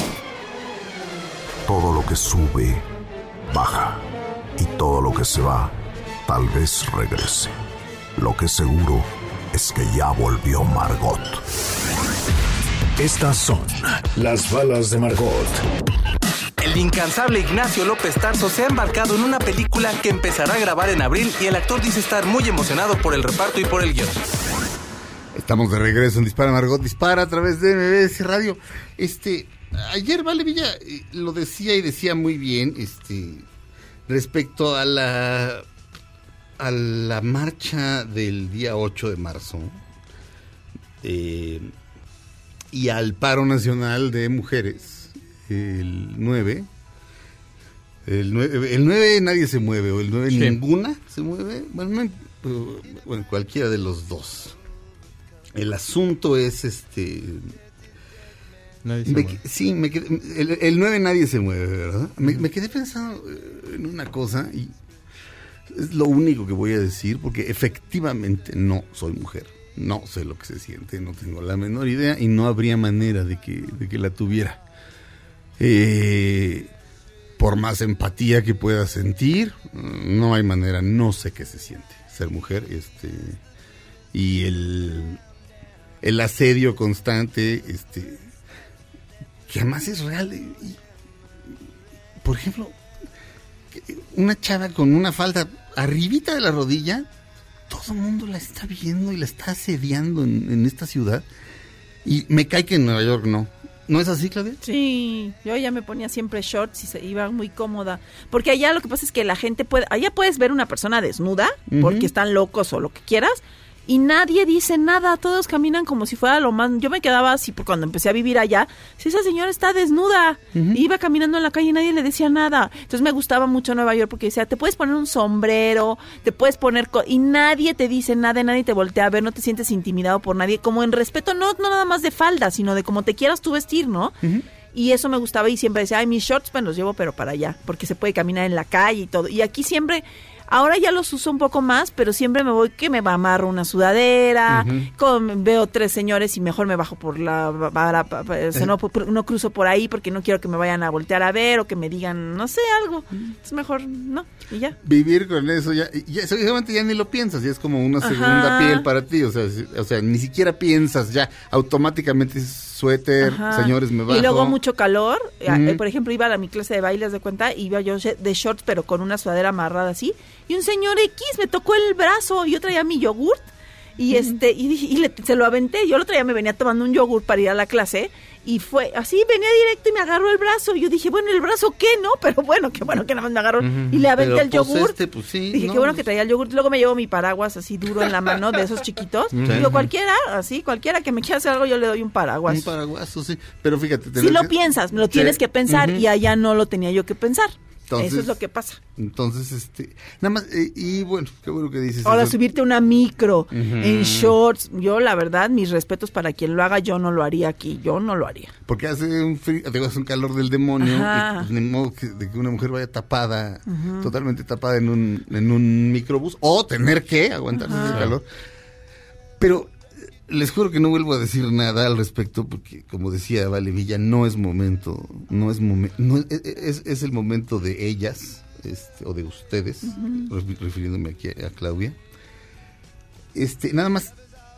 Todo lo que sube, baja. Y todo lo que se va, tal vez regrese. Lo que seguro es que ya volvió Margot. Estas son las balas de Margot. El incansable Ignacio López Tarso se ha embarcado en una película que empezará a grabar en abril y el actor dice estar muy emocionado por el reparto y por el guión. Estamos de regreso en Dispara, Margot Dispara a través de MBS Radio. Ayer Vale Villa lo decía muy bien, respecto a la marcha del día 8 de marzo y al paro nacional de mujeres el 9 nadie se mueve, o el 9 sí. Ninguna se mueve, bueno, cualquiera de los dos. El asunto es nadie se mueve. Sí, el 9 nadie se mueve, ¿verdad? Me quedé pensando en una cosa y es lo único que voy a decir, porque efectivamente no soy mujer, no sé lo que se siente, no tengo la menor idea y no habría manera de que la tuviera. Por más empatía que pueda sentir, no hay manera, no sé qué se siente ser mujer, y el asedio constante, que además es real. Por ejemplo, una chava con una falda arribita de la rodilla, todo el mundo la está viendo y la está asediando en esta ciudad, y me cae que en Nueva York no. ¿No es así, Claudia? Sí, yo ya me ponía siempre shorts y se iba muy cómoda, porque allá lo que pasa es que la gente allá puedes ver una persona desnuda, porque están locos o lo que quieras, y nadie dice nada, todos caminan como si fuera lo más... Yo me quedaba así, porque cuando empecé a vivir allá, si esa señora está desnuda, iba caminando en la calle y nadie le decía nada. Entonces me gustaba mucho Nueva York porque decía, te puedes poner un sombrero, te puedes poner... y nadie te dice nada, nadie te voltea a ver, no te sientes intimidado por nadie, como en respeto, no nada más de falda, sino de cómo te quieras tú vestir, ¿no? Y eso me gustaba y siempre decía, ay, mis shorts me los llevo pero para allá, porque se puede caminar en la calle y todo. Y aquí siempre... Ahora ya los uso un poco más, pero siempre me voy que me amarro una sudadera, veo 3 señores y mejor me bajo por no cruzo por ahí porque no quiero que me vayan a voltear a ver o que me digan, no sé, algo. Es mejor, no, y ya. Vivir con eso ya seguramente ya ni lo piensas, ya es como una segunda piel para ti, o sea, ni siquiera piensas, ya automáticamente suéter, señores, me bajo. Y luego mucho calor, por ejemplo, iba a mi clase de baile, haz de cuenta, iba yo de shorts pero con una sudadera amarrada así, y un señor X me tocó el brazo, y yo traía mi yogurt, y se lo aventé, yo el otro día me venía tomando un yogurt para ir a la clase, y fue así, venía directo y me agarró el brazo, y yo dije, bueno, ¿el brazo qué, no? Pero bueno, qué bueno que nada más me agarró, y le aventé el yogurt, dije, qué bueno que traía el yogurt, luego me llevo mi paraguas así duro en la mano, de esos chiquitos, digo, cualquiera que me quiera hacer algo, yo le doy un paraguas. Un paraguaso, sí, pero fíjate. Si lo piensas, lo tienes que pensar, y allá no lo tenía yo que pensar. Entonces, eso es lo que pasa. Entonces, nada más, y bueno, qué bueno que dices. Ahora, subirte una micro en shorts, yo la verdad, mis respetos para quien lo haga, yo no lo haría aquí, yo no lo haría. Porque hace un frío, hace un calor del demonio, y pues ni modo de que una mujer vaya tapada, totalmente tapada en un microbús, o tener que aguantarse ese calor. Pero les juro que no vuelvo a decir nada al respecto porque, como decía Vale Villa, no es momento, es el momento de ellas, o de ustedes, refiriéndome aquí a Claudia. Nada más,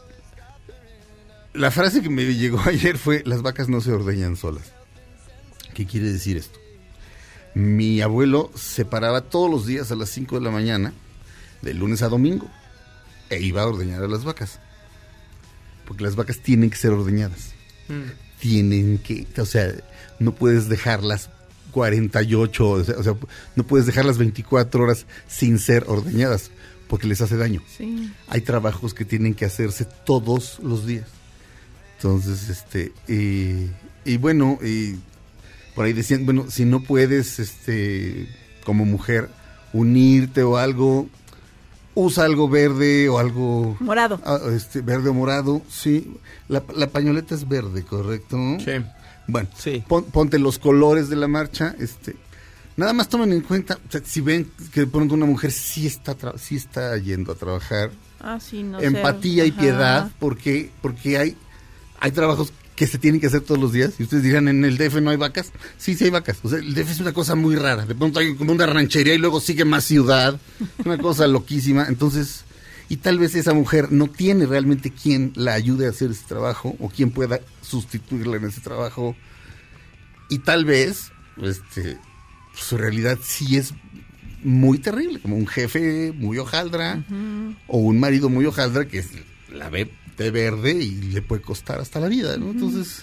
la frase que me llegó ayer fue, las vacas no se ordeñan solas. ¿Qué quiere decir esto? Mi abuelo se paraba todos los días a las 5 de la mañana, de lunes a domingo, e iba a ordeñar a las vacas. Porque las vacas tienen que ser ordeñadas. Tienen que, o sea, no puedes dejarlas 48, o sea, no puedes dejarlas 24 horas sin ser ordeñadas, porque les hace daño. Sí. Hay trabajos que tienen que hacerse todos los días. Entonces, y bueno, y por ahí decían, bueno, si no puedes, como mujer, unirte o algo, usa algo verde o algo... morado. Verde o morado, sí. La pañoleta es verde, ¿correcto? Sí. Bueno, sí. Ponte los colores de la marcha. Nada más tomen en cuenta, o sea, si ven que de pronto una mujer sí está yendo a trabajar. Sí, no empatía sé. Y piedad, porque hay trabajos que se tienen que hacer todos los días. Y ustedes dirán, ¿en el DF no hay vacas? Sí hay vacas. O sea, el DF es una cosa muy rara. De pronto hay como una ranchería y luego sigue más ciudad. Una cosa loquísima. Entonces, y tal vez esa mujer no tiene realmente quien la ayude a hacer ese trabajo o quien pueda sustituirla en ese trabajo. Y tal vez, su realidad sí es muy terrible. Como un jefe muy hojaldra o un marido muy hojaldra que la ve de verde y le puede costar hasta la vida, ¿no? Entonces,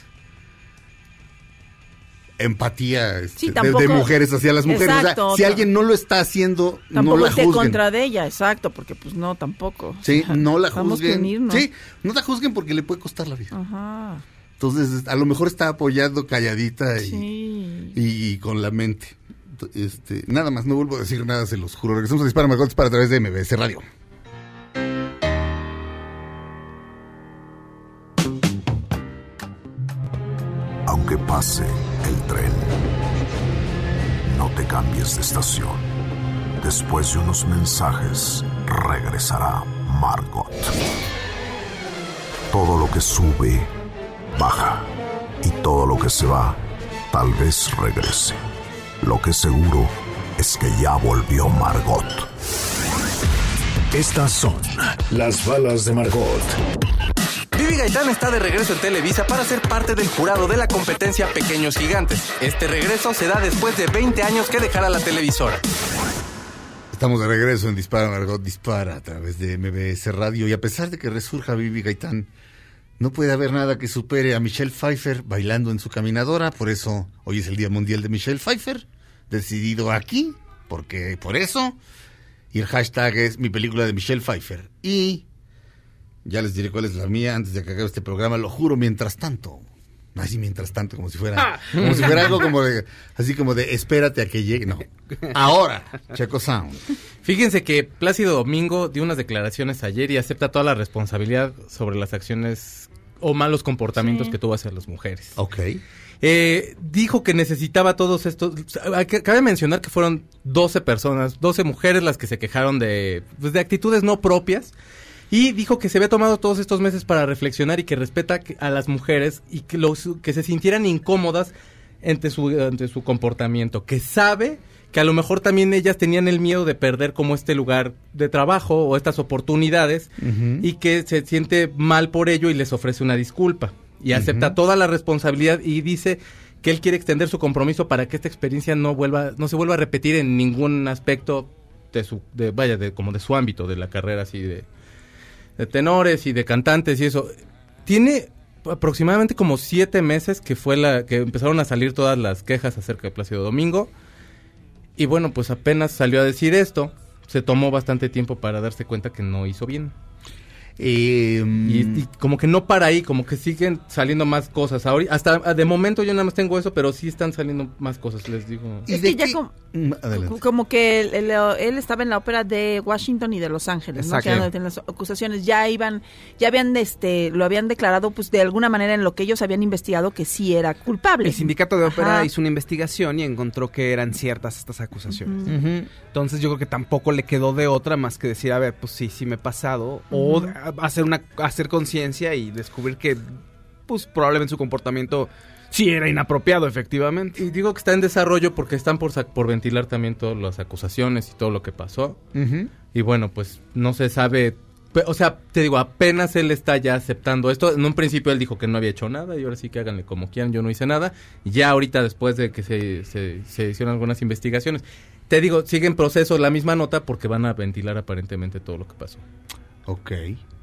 empatía de mujeres hacia las mujeres. Exacto, o sea, si alguien no lo está haciendo, tampoco no la juzguen. contra de ella, exacto, porque pues no, tampoco. Sí, no la juzguen. Unirnos. Sí, no la juzguen porque le puede costar la vida. Ajá. Entonces, a lo mejor está apoyando calladita y con la mente. Nada más, no vuelvo a decir nada, se los juro. Regresamos a Dispara Margot Dispara a través de MBS Radio. Aunque pase el tren, no te cambies de estación. Después de unos mensajes, regresará Margot. Todo lo que sube, baja. Y todo lo que se va, tal vez regrese. Lo que seguro es que ya volvió Margot. Estas son las balas de Margot. Vivi Gaitán está de regreso en Televisa para ser parte del jurado de la competencia Pequeños Gigantes. Este regreso se da después de 20 años que dejara la televisora. Estamos de regreso en Dispara Margot Dispara a través de MBS Radio, y a pesar de que resurja Vivi Gaitán, no puede haber nada que supere a Michelle Pfeiffer bailando en su caminadora. Por eso hoy es el Día Mundial de Michelle Pfeiffer, decidido aquí, porque por eso, y el hashtag es mi película de Michelle Pfeiffer. Y Ya les diré cuál es la mía antes de que acabe este programa, lo juro, mientras tanto. Así mientras tanto, como si fuera algo así como de espérate a que llegue. No. Ahora, Checo Sound. Fíjense que Plácido Domingo dio unas declaraciones ayer y acepta toda la responsabilidad sobre las acciones o malos comportamientos que tuvo hacia las mujeres. Ok. Dijo que necesitaba todos estos... Cabe mencionar que fueron 12 mujeres las que se quejaron de actitudes no propias. Y dijo que se había tomado todos estos meses para reflexionar y que respeta a las mujeres y que se sintieran incómodas ante su comportamiento. Que sabe que a lo mejor también ellas tenían el miedo de perder como este lugar de trabajo o estas oportunidades y que se siente mal por ello y les ofrece una disculpa. Y acepta toda la responsabilidad y dice que él quiere extender su compromiso para que esta experiencia no se vuelva a repetir en ningún aspecto como de su ámbito, de la carrera así de tenores y de cantantes y eso. Tiene aproximadamente como 7 meses que que empezaron a salir todas las quejas acerca de Plácido Domingo. Y bueno, pues apenas salió a decir esto. Se tomó bastante tiempo para darse cuenta que no hizo bien. Y como que no para ahí, como que siguen saliendo más cosas. Ahora, hasta de momento yo nada más tengo eso, pero sí están saliendo más cosas, les digo. Es que ya como que él estaba en la ópera de Washington y de Los Ángeles, ¿no? Que eran las acusaciones ya habían lo habían declarado pues de alguna manera en lo que ellos habían investigado que sí era culpable. El sindicato de ópera hizo una investigación y encontró que eran ciertas estas acusaciones. Entonces yo creo que tampoco le quedó de otra más que decir, a ver, pues sí me he pasado, o hacer conciencia y descubrir que pues probablemente su comportamiento sí era inapropiado, efectivamente. Y digo que está en desarrollo porque están por ventilar también todas las acusaciones y todo lo que pasó. Y bueno, pues no se sabe, o sea, te digo, apenas él está ya aceptando esto. En un principio él dijo que no había hecho nada y ahora sí que háganle como quieran, yo no hice nada. Ya ahorita después de que se hicieron algunas investigaciones, te digo, sigue en proceso la misma nota porque van a ventilar aparentemente todo lo que pasó. Ok.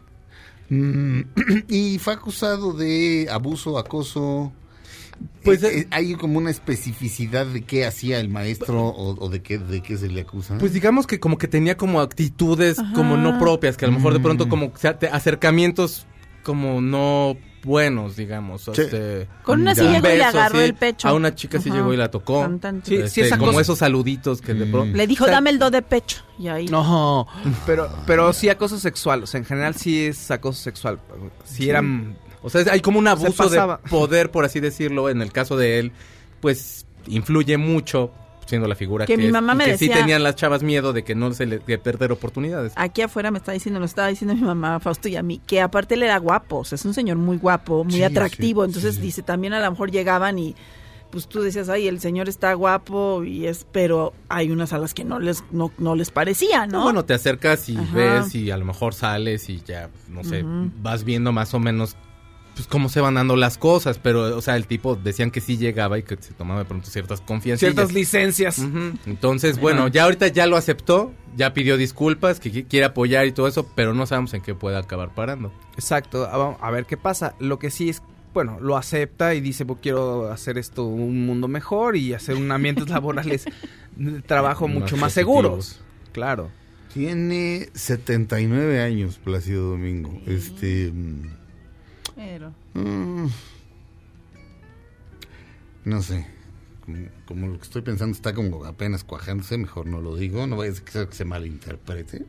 Y fue acusado de abuso, acoso. Pues hay como una especificidad de qué hacía el maestro o de qué se le acusa. Pues digamos que como que tenía como actitudes como no propias, que a lo mejor de pronto como acercamientos como no buenos, digamos. Con una silla le agarró el pecho. A una chica sí llegó y la tocó. Sí, como esos saluditos que de pronto... Le dijo, dame el do de pecho. Y ahí... No, pero sí acoso sexual. O sea, en general sí es acoso sexual. Sí eran... O sea, hay como un abuso de poder, por así decirlo. En el caso de él, pues influye mucho, siendo la figura que mi mamá me que decía, sí tenían las chavas miedo de que no de perder oportunidades. Aquí afuera nos estaba diciendo mi mamá, Fausto y a mí, que aparte él era guapo, o sea, es un señor muy guapo, muy atractivo, entonces dice, también a lo mejor llegaban y pues tú decías, ay, el señor está guapo pero hay unas a las que no les parecía, ¿no? Bueno, te acercas y ves y a lo mejor sales y ya, no sé, vas viendo más o menos pues cómo se van dando las cosas, pero, o sea, el tipo decían que sí llegaba y que se tomaba de pronto ciertas confianzas. Ciertas licencias. Entonces, bueno, ya ahorita ya lo aceptó, ya pidió disculpas, que quiere apoyar y todo eso, pero no sabemos en qué puede acabar parando. Exacto, a ver qué pasa. Lo que sí es, bueno, lo acepta y dice, pues quiero hacer esto un mundo mejor y hacer un ambientes laborales de trabajo mucho más seguros. Claro. Tiene 79 años Plácido Domingo. Pero... no sé, como lo que estoy pensando está como apenas cuajándose, mejor no lo digo, no vaya a ser que se malinterprete.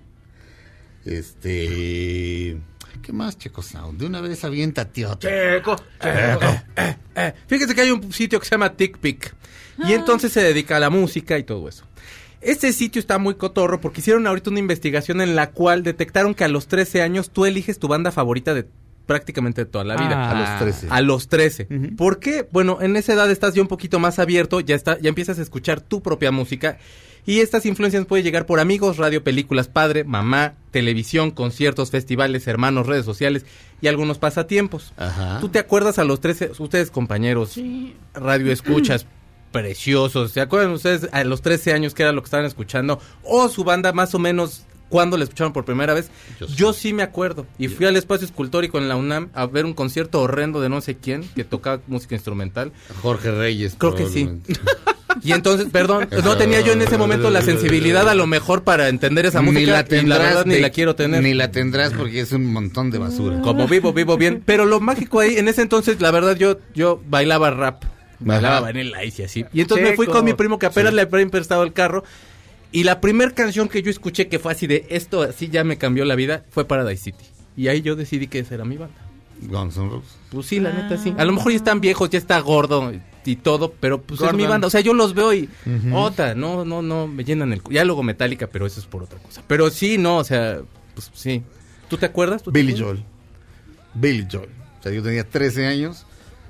¿Qué más, Checo Sound? De una vez aviéntate otro. Checo. Fíjese que hay un sitio que se llama TickPick y entonces se dedica a la música y todo eso. Este sitio está muy cotorro porque hicieron ahorita una investigación en la cual detectaron que a los 13 años tú eliges tu banda favorita de prácticamente toda la vida. A los 13. A los 13. ¿Por qué? Bueno, en esa edad estás ya un poquito más abierto, ya empiezas a escuchar tu propia música y estas influencias pueden llegar por amigos, radio, películas, padre, mamá, televisión, conciertos, festivales, hermanos, redes sociales y algunos pasatiempos. ¿Tú te acuerdas a los 13, ustedes compañeros, radio escuchas preciosos, ¿se acuerdan ustedes a los 13 años qué era lo que estaban escuchando? O su banda más o menos... ¿Cuándo la escucharon por primera vez? Yo sí me acuerdo. Y fui al Espacio Escultórico en la UNAM a ver un concierto horrendo de no sé quién que tocaba música instrumental. Jorge Reyes. Creo que sí. Y entonces, perdón, no tenía yo en ese momento la sensibilidad a lo mejor para entender esa música. Ni la tendrás, y la verdad ni la quiero tener. Ni la tendrás porque es un montón de basura. Como vivo bien. Pero lo mágico ahí, en ese entonces, la verdad, yo bailaba rap. Bailaba Vanilla Ice y así. Y entonces me fui con mi primo que apenas le había prestado el carro. Y la primera canción que yo escuché que fue así de esto, así ya me cambió la vida, fue Paradise City. Y ahí yo decidí que esa era mi banda. Guns N' Roses. Pues sí, la neta sí. A lo mejor ya están viejos, ya está gordo y todo, pero pues Gordon. Es mi banda. O sea, yo los veo y no, me llenan el... Ya luego Metallica, pero eso es por otra cosa. Pero sí, no, o sea, pues sí. ¿Tú te acuerdas? Billy Joel. O sea, yo tenía 13 años,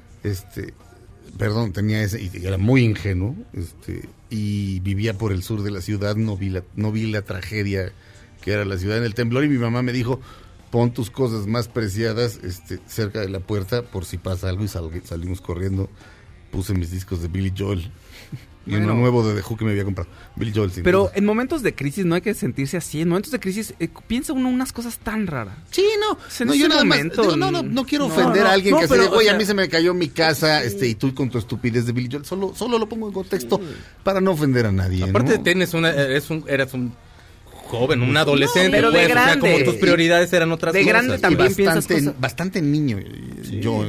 tenía ese, y era muy ingenuo, y vivía por el sur de la ciudad, no vi la tragedia que era la ciudad en el temblor, y mi mamá me dijo, pon tus cosas más preciadas cerca de la puerta por si pasa algo, y salimos corriendo. Puse mis discos de Billy Joel y uno nuevo de The Who que me había comprado. Billy Joel, sin pero duda. En momentos de crisis no hay que sentirse así. En momentos de crisis piensa uno unas cosas tan raras. Sí, yo nada más, no quiero ofender a alguien que se diga, oye, a mí se me cayó mi casa, y tú con tu estupidez de Billy Joel. Solo lo pongo en contexto para no ofender a nadie. Aparte, eras un joven, un adolescente, pero pues, o sea, como tus prioridades eran otras cosas. De grande también piensas cosas. Bastante niño, yo,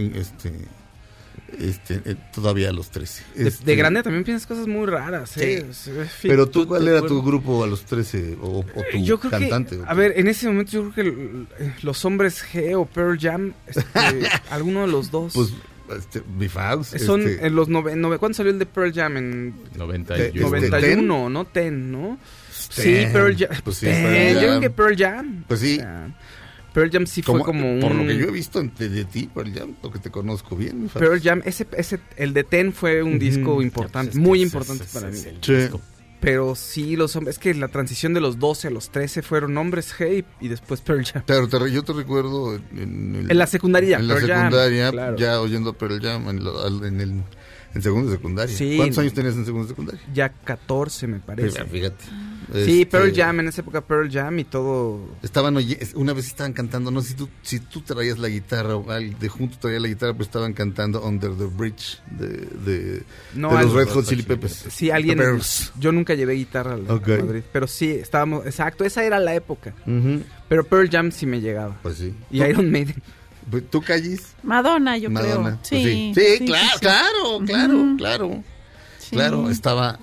todavía a los 13. De grande también piensas cosas muy raras, ¿eh? Sí. Pero tú, ¿cuál era tu grupo a los 13? ¿O tu yo creo cantante? A ver, en ese momento yo creo que los Hombres G o Pearl Jam, alguno de los dos. Pues, Beef House. Son en los ¿cuándo salió el de Pearl Jam? En 91, ¿no? Ten, ¿no? Sí, Pearl Jam. Pues sí, yo creo que Pearl Jam. Pues sí. Pearl Jam sí fue como por lo que yo he visto de ti, Pearl Jam, lo que te conozco bien. Pearl Jam, el de Ten fue un disco importante, muy importante para mí. Pero sí, los hombres, es que la transición de los 12 a los 13 fueron Hombres G y después Pearl Jam. Claro, yo te recuerdo en la secundaria. En la secundaria, claro. Ya oyendo Pearl Jam en segundo de secundaria. Sí. ¿Cuántos años tenías en segundo de secundaria? Ya 14, me parece. Fíjate. Sí, Pearl Jam, en esa época Pearl Jam y todo. Una vez estaban cantando, no sé si tú traías la guitarra o de junto traía la guitarra, pero estaban cantando Under the Bridge de los Red Hot Chili Peppers. Sí, yo nunca llevé guitarra a Madrid, pero sí, estábamos, exacto, esa era la época. Pero Pearl Jam sí me llegaba. Pues sí. Y Iron Maiden. ¿Tú, Callis? Madonna, yo creo. Sí, claro. Sí. Claro, estaba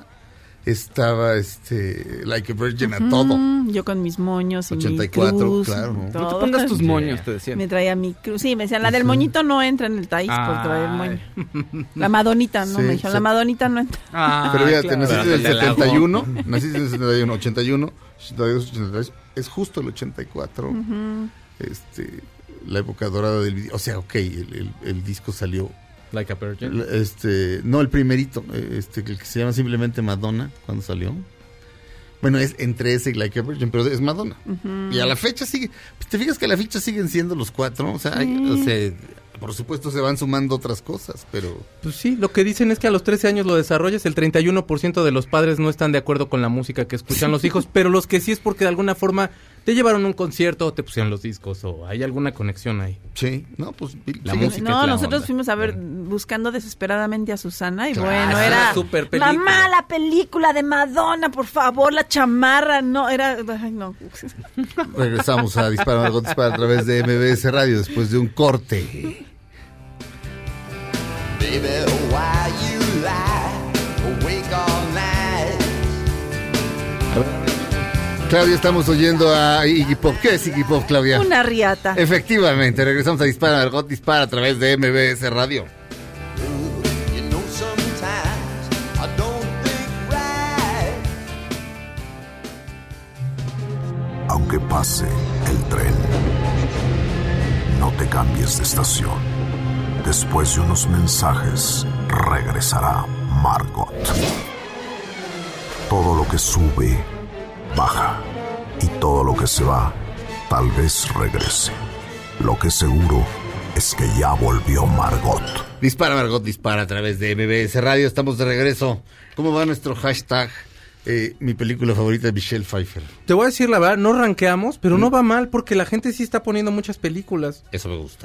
Like a Virgin a todo. Yo con mis moños y 84, mi cruz, claro. No te pongas tus moños, te decían. Me traía mi cruz. Sí, me decían, la del moñito no entra en el taíz por traer moño. La Madonita, ¿no? Me dijeron, la Madonita no entra. Pero fíjate, naciste en el 71, 81, 82, 83, es justo el 84. La época dorada del video. O sea, el disco salió Like a Virgin. No, el primerito, el que se llama simplemente Madonna, cuando salió. Bueno, es entre ese y Like a Virgin, pero es Madonna. Y a la fecha sigue. ¿Te fijas que a la fecha siguen siendo los cuatro? O sea, por supuesto se van sumando otras cosas, pero... Pues sí, lo que dicen es que a los 13 años lo desarrollas, el 31% de los padres no están de acuerdo con la música que escuchan los hijos, pero los que sí es porque de alguna forma te llevaron a un concierto o te pusieron los discos o hay alguna conexión ahí. Sí, no, pues la música no, es la nosotros onda. Fuimos a ver buscando desesperadamente a Susana y bueno, era super película. Mamá, la película de Madonna, por favor, la chamarra, no, era, ay, no. Regresamos a Dispara Margot Dispara a través de MBS Radio después de un corte. Baby, why you lie, awake all night. Claudia, estamos oyendo a Iggy Pop. ¿Qué es Iggy Pop, Claudia? Una riata. Efectivamente, regresamos a Dispara Margot Dispara a través de MBS Radio. You know sometimes I don't think right. Aunque pase el tren, no te cambies de estación. Después de unos mensajes, regresará Margot. Todo lo que sube, baja. Y todo lo que se va, tal vez regrese. Lo que seguro es que ya volvió Margot. Dispara Margot Dispara a través de MBS Radio. Estamos de regreso. ¿Cómo va nuestro hashtag? Mi película favorita de Michelle Pfeiffer. Te voy a decir la verdad, no rankeamos, pero no va mal porque la gente sí está poniendo muchas películas. Eso me gusta.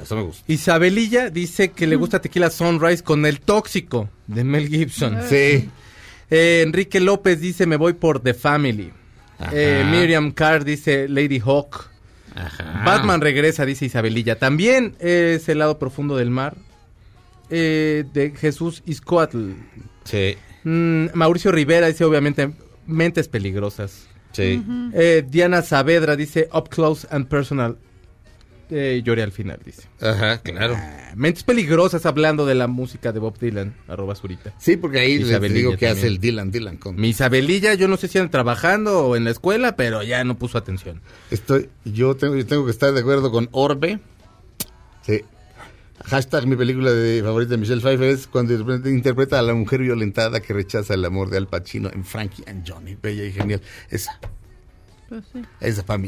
Isabelilla dice que le gusta Tequila Sunrise con El Tóxico de Mel Gibson. Sí. Enrique López dice, me voy por The Family. Miriam Carr dice, Lady Hawk. Ajá. Batman regresa, dice Isabelilla. También es El lado profundo del mar. De Jesús Iscoatl. Sí. Mauricio Rivera dice, obviamente, Mentes Peligrosas. Sí. Diana Saavedra dice, Up Close and Personal. Lloré al final, dice. Ajá, claro. Mentes Peligrosas, hablando de la música de Bob Dylan, @Zurita. Sí, porque ahí les digo que hace el Dylan con... Mi Isabelilla, yo no sé si anda trabajando o en la escuela, pero ya no puso atención. Yo tengo que estar de acuerdo con Orbe. Sí. Hashtag mi película favorita de Michelle Pfeiffer es cuando interpreta a la mujer violentada que rechaza el amor de Al Pacino en Frankie and Johnny. Bella y genial. Esa. Pues sí. Esa para mí.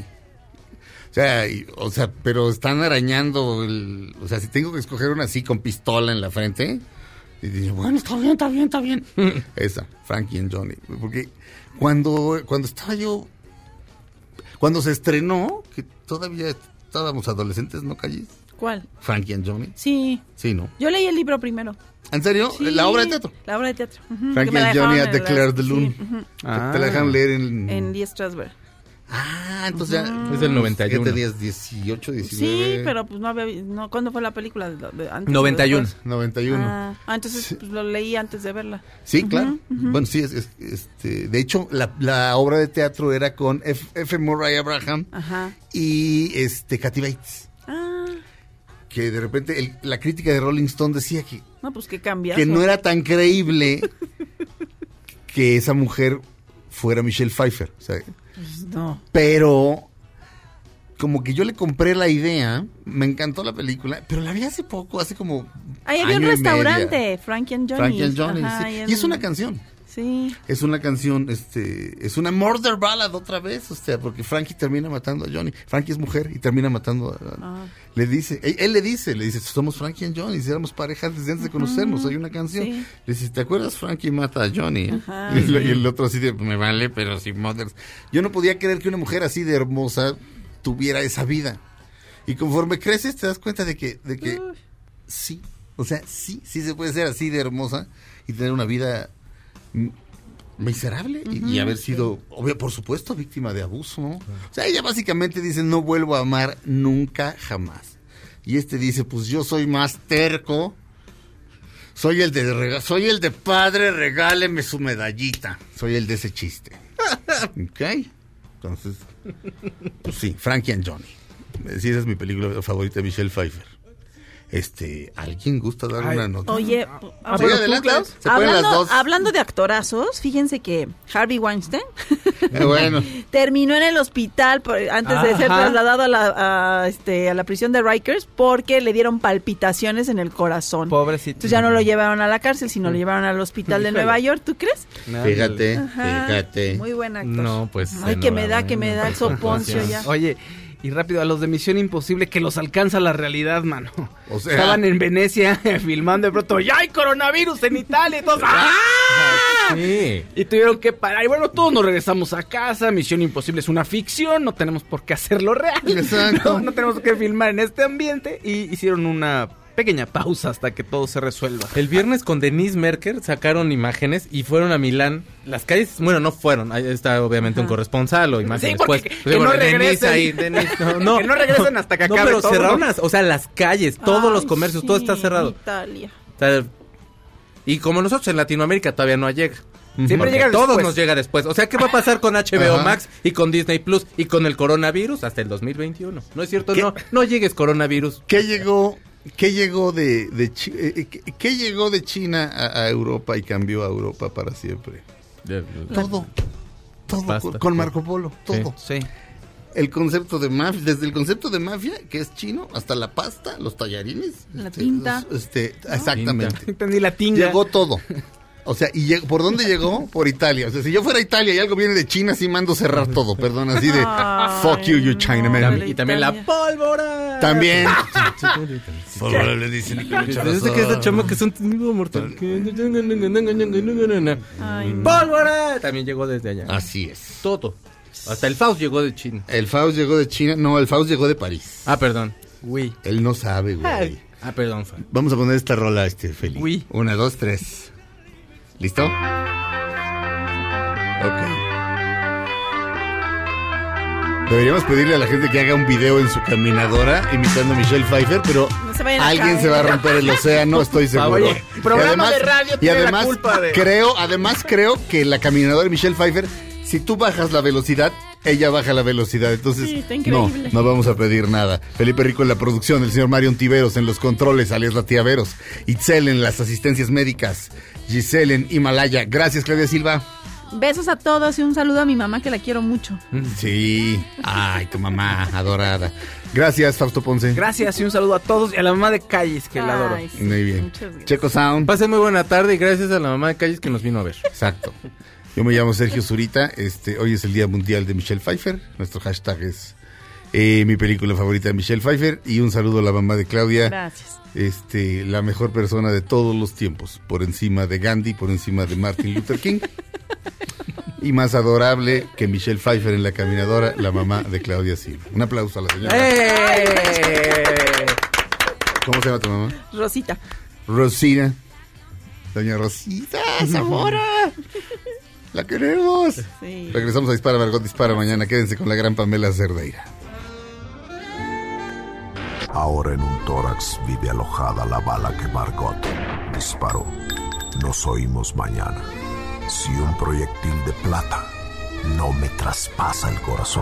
O sea, pero están arañando o sea, si tengo que escoger una así con pistola en la frente, y digo, bueno, está bien. Esa, Frankie and Johnny. Porque cuando estaba yo, cuando se estrenó, que todavía estábamos adolescentes, ¿no, Callis? ¿Cuál? Frankie and Johnny. Sí. Sí, ¿no? Yo leí el libro primero. ¿En serio? Sí, ¿La obra de teatro? La obra de teatro. Frankie and Johnny at the Claire de Lune. Sí, Te la dejaron leer en Lee Strasberg. Entonces ya... Es del 91. ¿Qué tenías? 18, 19... Sí, pero pues no había... ¿Cuándo fue la película? ¿Antes 91. 91. Entonces sí. Pues lo leí antes de verla. Sí, claro. Bueno, sí, de hecho, la obra de teatro era con F. Murray Abraham y Kathy Bates. Que de repente la crítica de Rolling Stone decía que... No, pues que cambia. Que no era tan creíble que esa mujer fuera Michelle Pfeiffer, o sea, pues no. Pero como que yo le compré la idea, me encantó la película, pero la vi hace poco, hace como ahí había un restaurante, Frankie and Johnny. Frankie and Johnny, sí. Y es una canción. Sí. Es una canción, es una murder ballad otra vez, o sea, porque Frankie termina matando a Johnny. Frankie es mujer y termina matando a... Le dice, él le dice, somos Frankie and Johnny, si éramos parejas desde antes de conocernos, hay una canción. Sí. Le dice, ¿te acuerdas? Frankie mata a Johnny. Y el otro así de, me vale, pero sin mothers. Yo no podía creer que una mujer así de hermosa tuviera esa vida. Y conforme creces te das cuenta de que sí, o sea, sí se puede ser así de hermosa y tener una vida miserable y haber sido, obvio, por supuesto, víctima de abuso, ¿no? O sea, ella básicamente dice, no vuelvo a amar nunca, jamás. Y dice, pues yo soy más terco, soy el de padre, regáleme su medallita. Soy el de ese chiste. ¿Ok? Entonces, pues sí, Frankie and Johnny. Sí, esa es mi película favorita de Michelle Pfeiffer. ¿Alguien gusta dar una nota? Oye, adelante, se pueden las dos. Hablando de actorazos, fíjense que Harvey Weinstein bueno. terminó en el hospital antes de ser trasladado a la prisión de Rikers porque le dieron palpitaciones en el corazón. Pobrecito. Entonces ya no lo llevaron a la cárcel, sino lo llevaron al hospital de Nueva York, ¿tú crees? Fíjate. Muy buen actor. No, pues. Ay, que me da el soponcio ya. Oye, y rápido, a los de Misión Imposible, que los alcanza la realidad, mano. O sea, estaban en Venecia filmando, de pronto, ¡ya hay coronavirus en Italia! Y todos, Sí. Y tuvieron que parar. Y bueno, todos nos regresamos a casa. Misión Imposible es una ficción, no tenemos por qué hacerlo real. Exacto. No tenemos que filmar en este ambiente. Y hicieron una pequeña pausa hasta que todo se resuelva. El viernes con Denise Merker sacaron imágenes y fueron a Milán. Las calles, bueno, no fueron. Ahí está obviamente un corresponsal o imágenes. Sí, porque que no regresen. Que no regresen hasta que acabe pero todo. Pero cerraron las calles, todos los comercios, todo está cerrado. Italia. O sea, y como nosotros en Latinoamérica todavía no llega. Siempre llega todos después. nos llega después. O sea, ¿qué va a pasar con HBO Max y con Disney Plus y con el coronavirus hasta el 2021? ¿No es cierto? No llegues coronavirus. ¿Qué llegó de China a Europa y cambió a Europa para siempre? Todo con Marco Polo, todo. Sí. El concepto de mafia, desde el concepto de mafia, que es chino, hasta la pasta, los tallarines, la tinta. Exactamente. Entendí la tinga. Llegó todo. O sea, ¿por dónde llegó? Por Italia. O sea, si yo fuera a Italia y algo viene de China, sí mando cerrar todo, perdón, así de fuck you Chinaman. Y también la pólvora. También. Pólvora le dicen. Desde que esta chama que es un mortal. Pólvora. También llegó desde allá. Así es. Todo. Hasta el Faust llegó de China. El Faust llegó de China. No, el Faust llegó de París. Ah, perdón. Uy. Él no sabe, güey. Ah, perdón, Fan. Vamos a poner esta rola, Feli. Uy. 1, 2, 3. ¿Listo? Deberíamos pedirle a la gente que haga un video en su caminadora imitando a Michelle Pfeiffer, pero alguien se va a romper el océano, estoy seguro. Oye, programa de radio tiene la culpa de... creo que la caminadora de Michelle Pfeiffer, si tú bajas la velocidad, ella baja la velocidad. Entonces, sí, está increíble. No vamos a pedir nada. Felipe Rico en la producción, el señor Marion Tiveros en los controles, alias la tía Veros, Itzel en las asistencias médicas, Giselle en Himalaya. Gracias, Claudia Silva. Besos a todos y un saludo a mi mamá que la quiero mucho. Sí, ay, tu mamá adorada. Gracias, Fausto Ponce. Gracias y un saludo a todos y a la mamá de Calles, que la adoro. Sí, muy bien. Checo Sound. Pasen muy buena tarde y gracias a la mamá de Calles que nos vino a ver. Exacto. Yo me llamo Sergio Zurita. Hoy es el Día Mundial de Michelle Pfeiffer. Nuestro hashtag es mi película favorita de Michelle Pfeiffer. Y un saludo a la mamá de Claudia. Gracias. La mejor persona de todos los tiempos. Por encima de Gandhi, por encima de Martin Luther King. Y más adorable que Michelle Pfeiffer en la caminadora, la mamá de Claudia Silva. Un aplauso a la señora. ¿Cómo se llama tu mamá? Rosita. Rosina. Doña Rosita Zamora. La queremos. Sí. Regresamos a Dispara, Margot Dispara mañana. Quédense con la gran Pamela Cerdeira. Ahora en un tórax vive alojada la bala que Margot disparó. Nos oímos mañana. Si un proyectil de plata no me traspasa el corazón.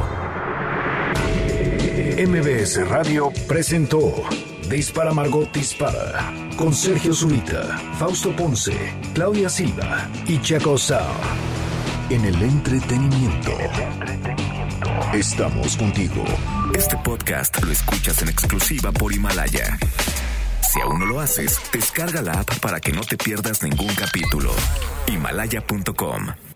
MBS Radio presentó Dispara, Margot Dispara con Sergio Zurita, Fausto Ponce, Claudia Silva y Chaco Sao. En el entretenimiento. Estamos contigo. Este podcast lo escuchas en exclusiva por Himalaya. Si aún no lo haces, descarga la app para que no te pierdas ningún capítulo. Himalaya.com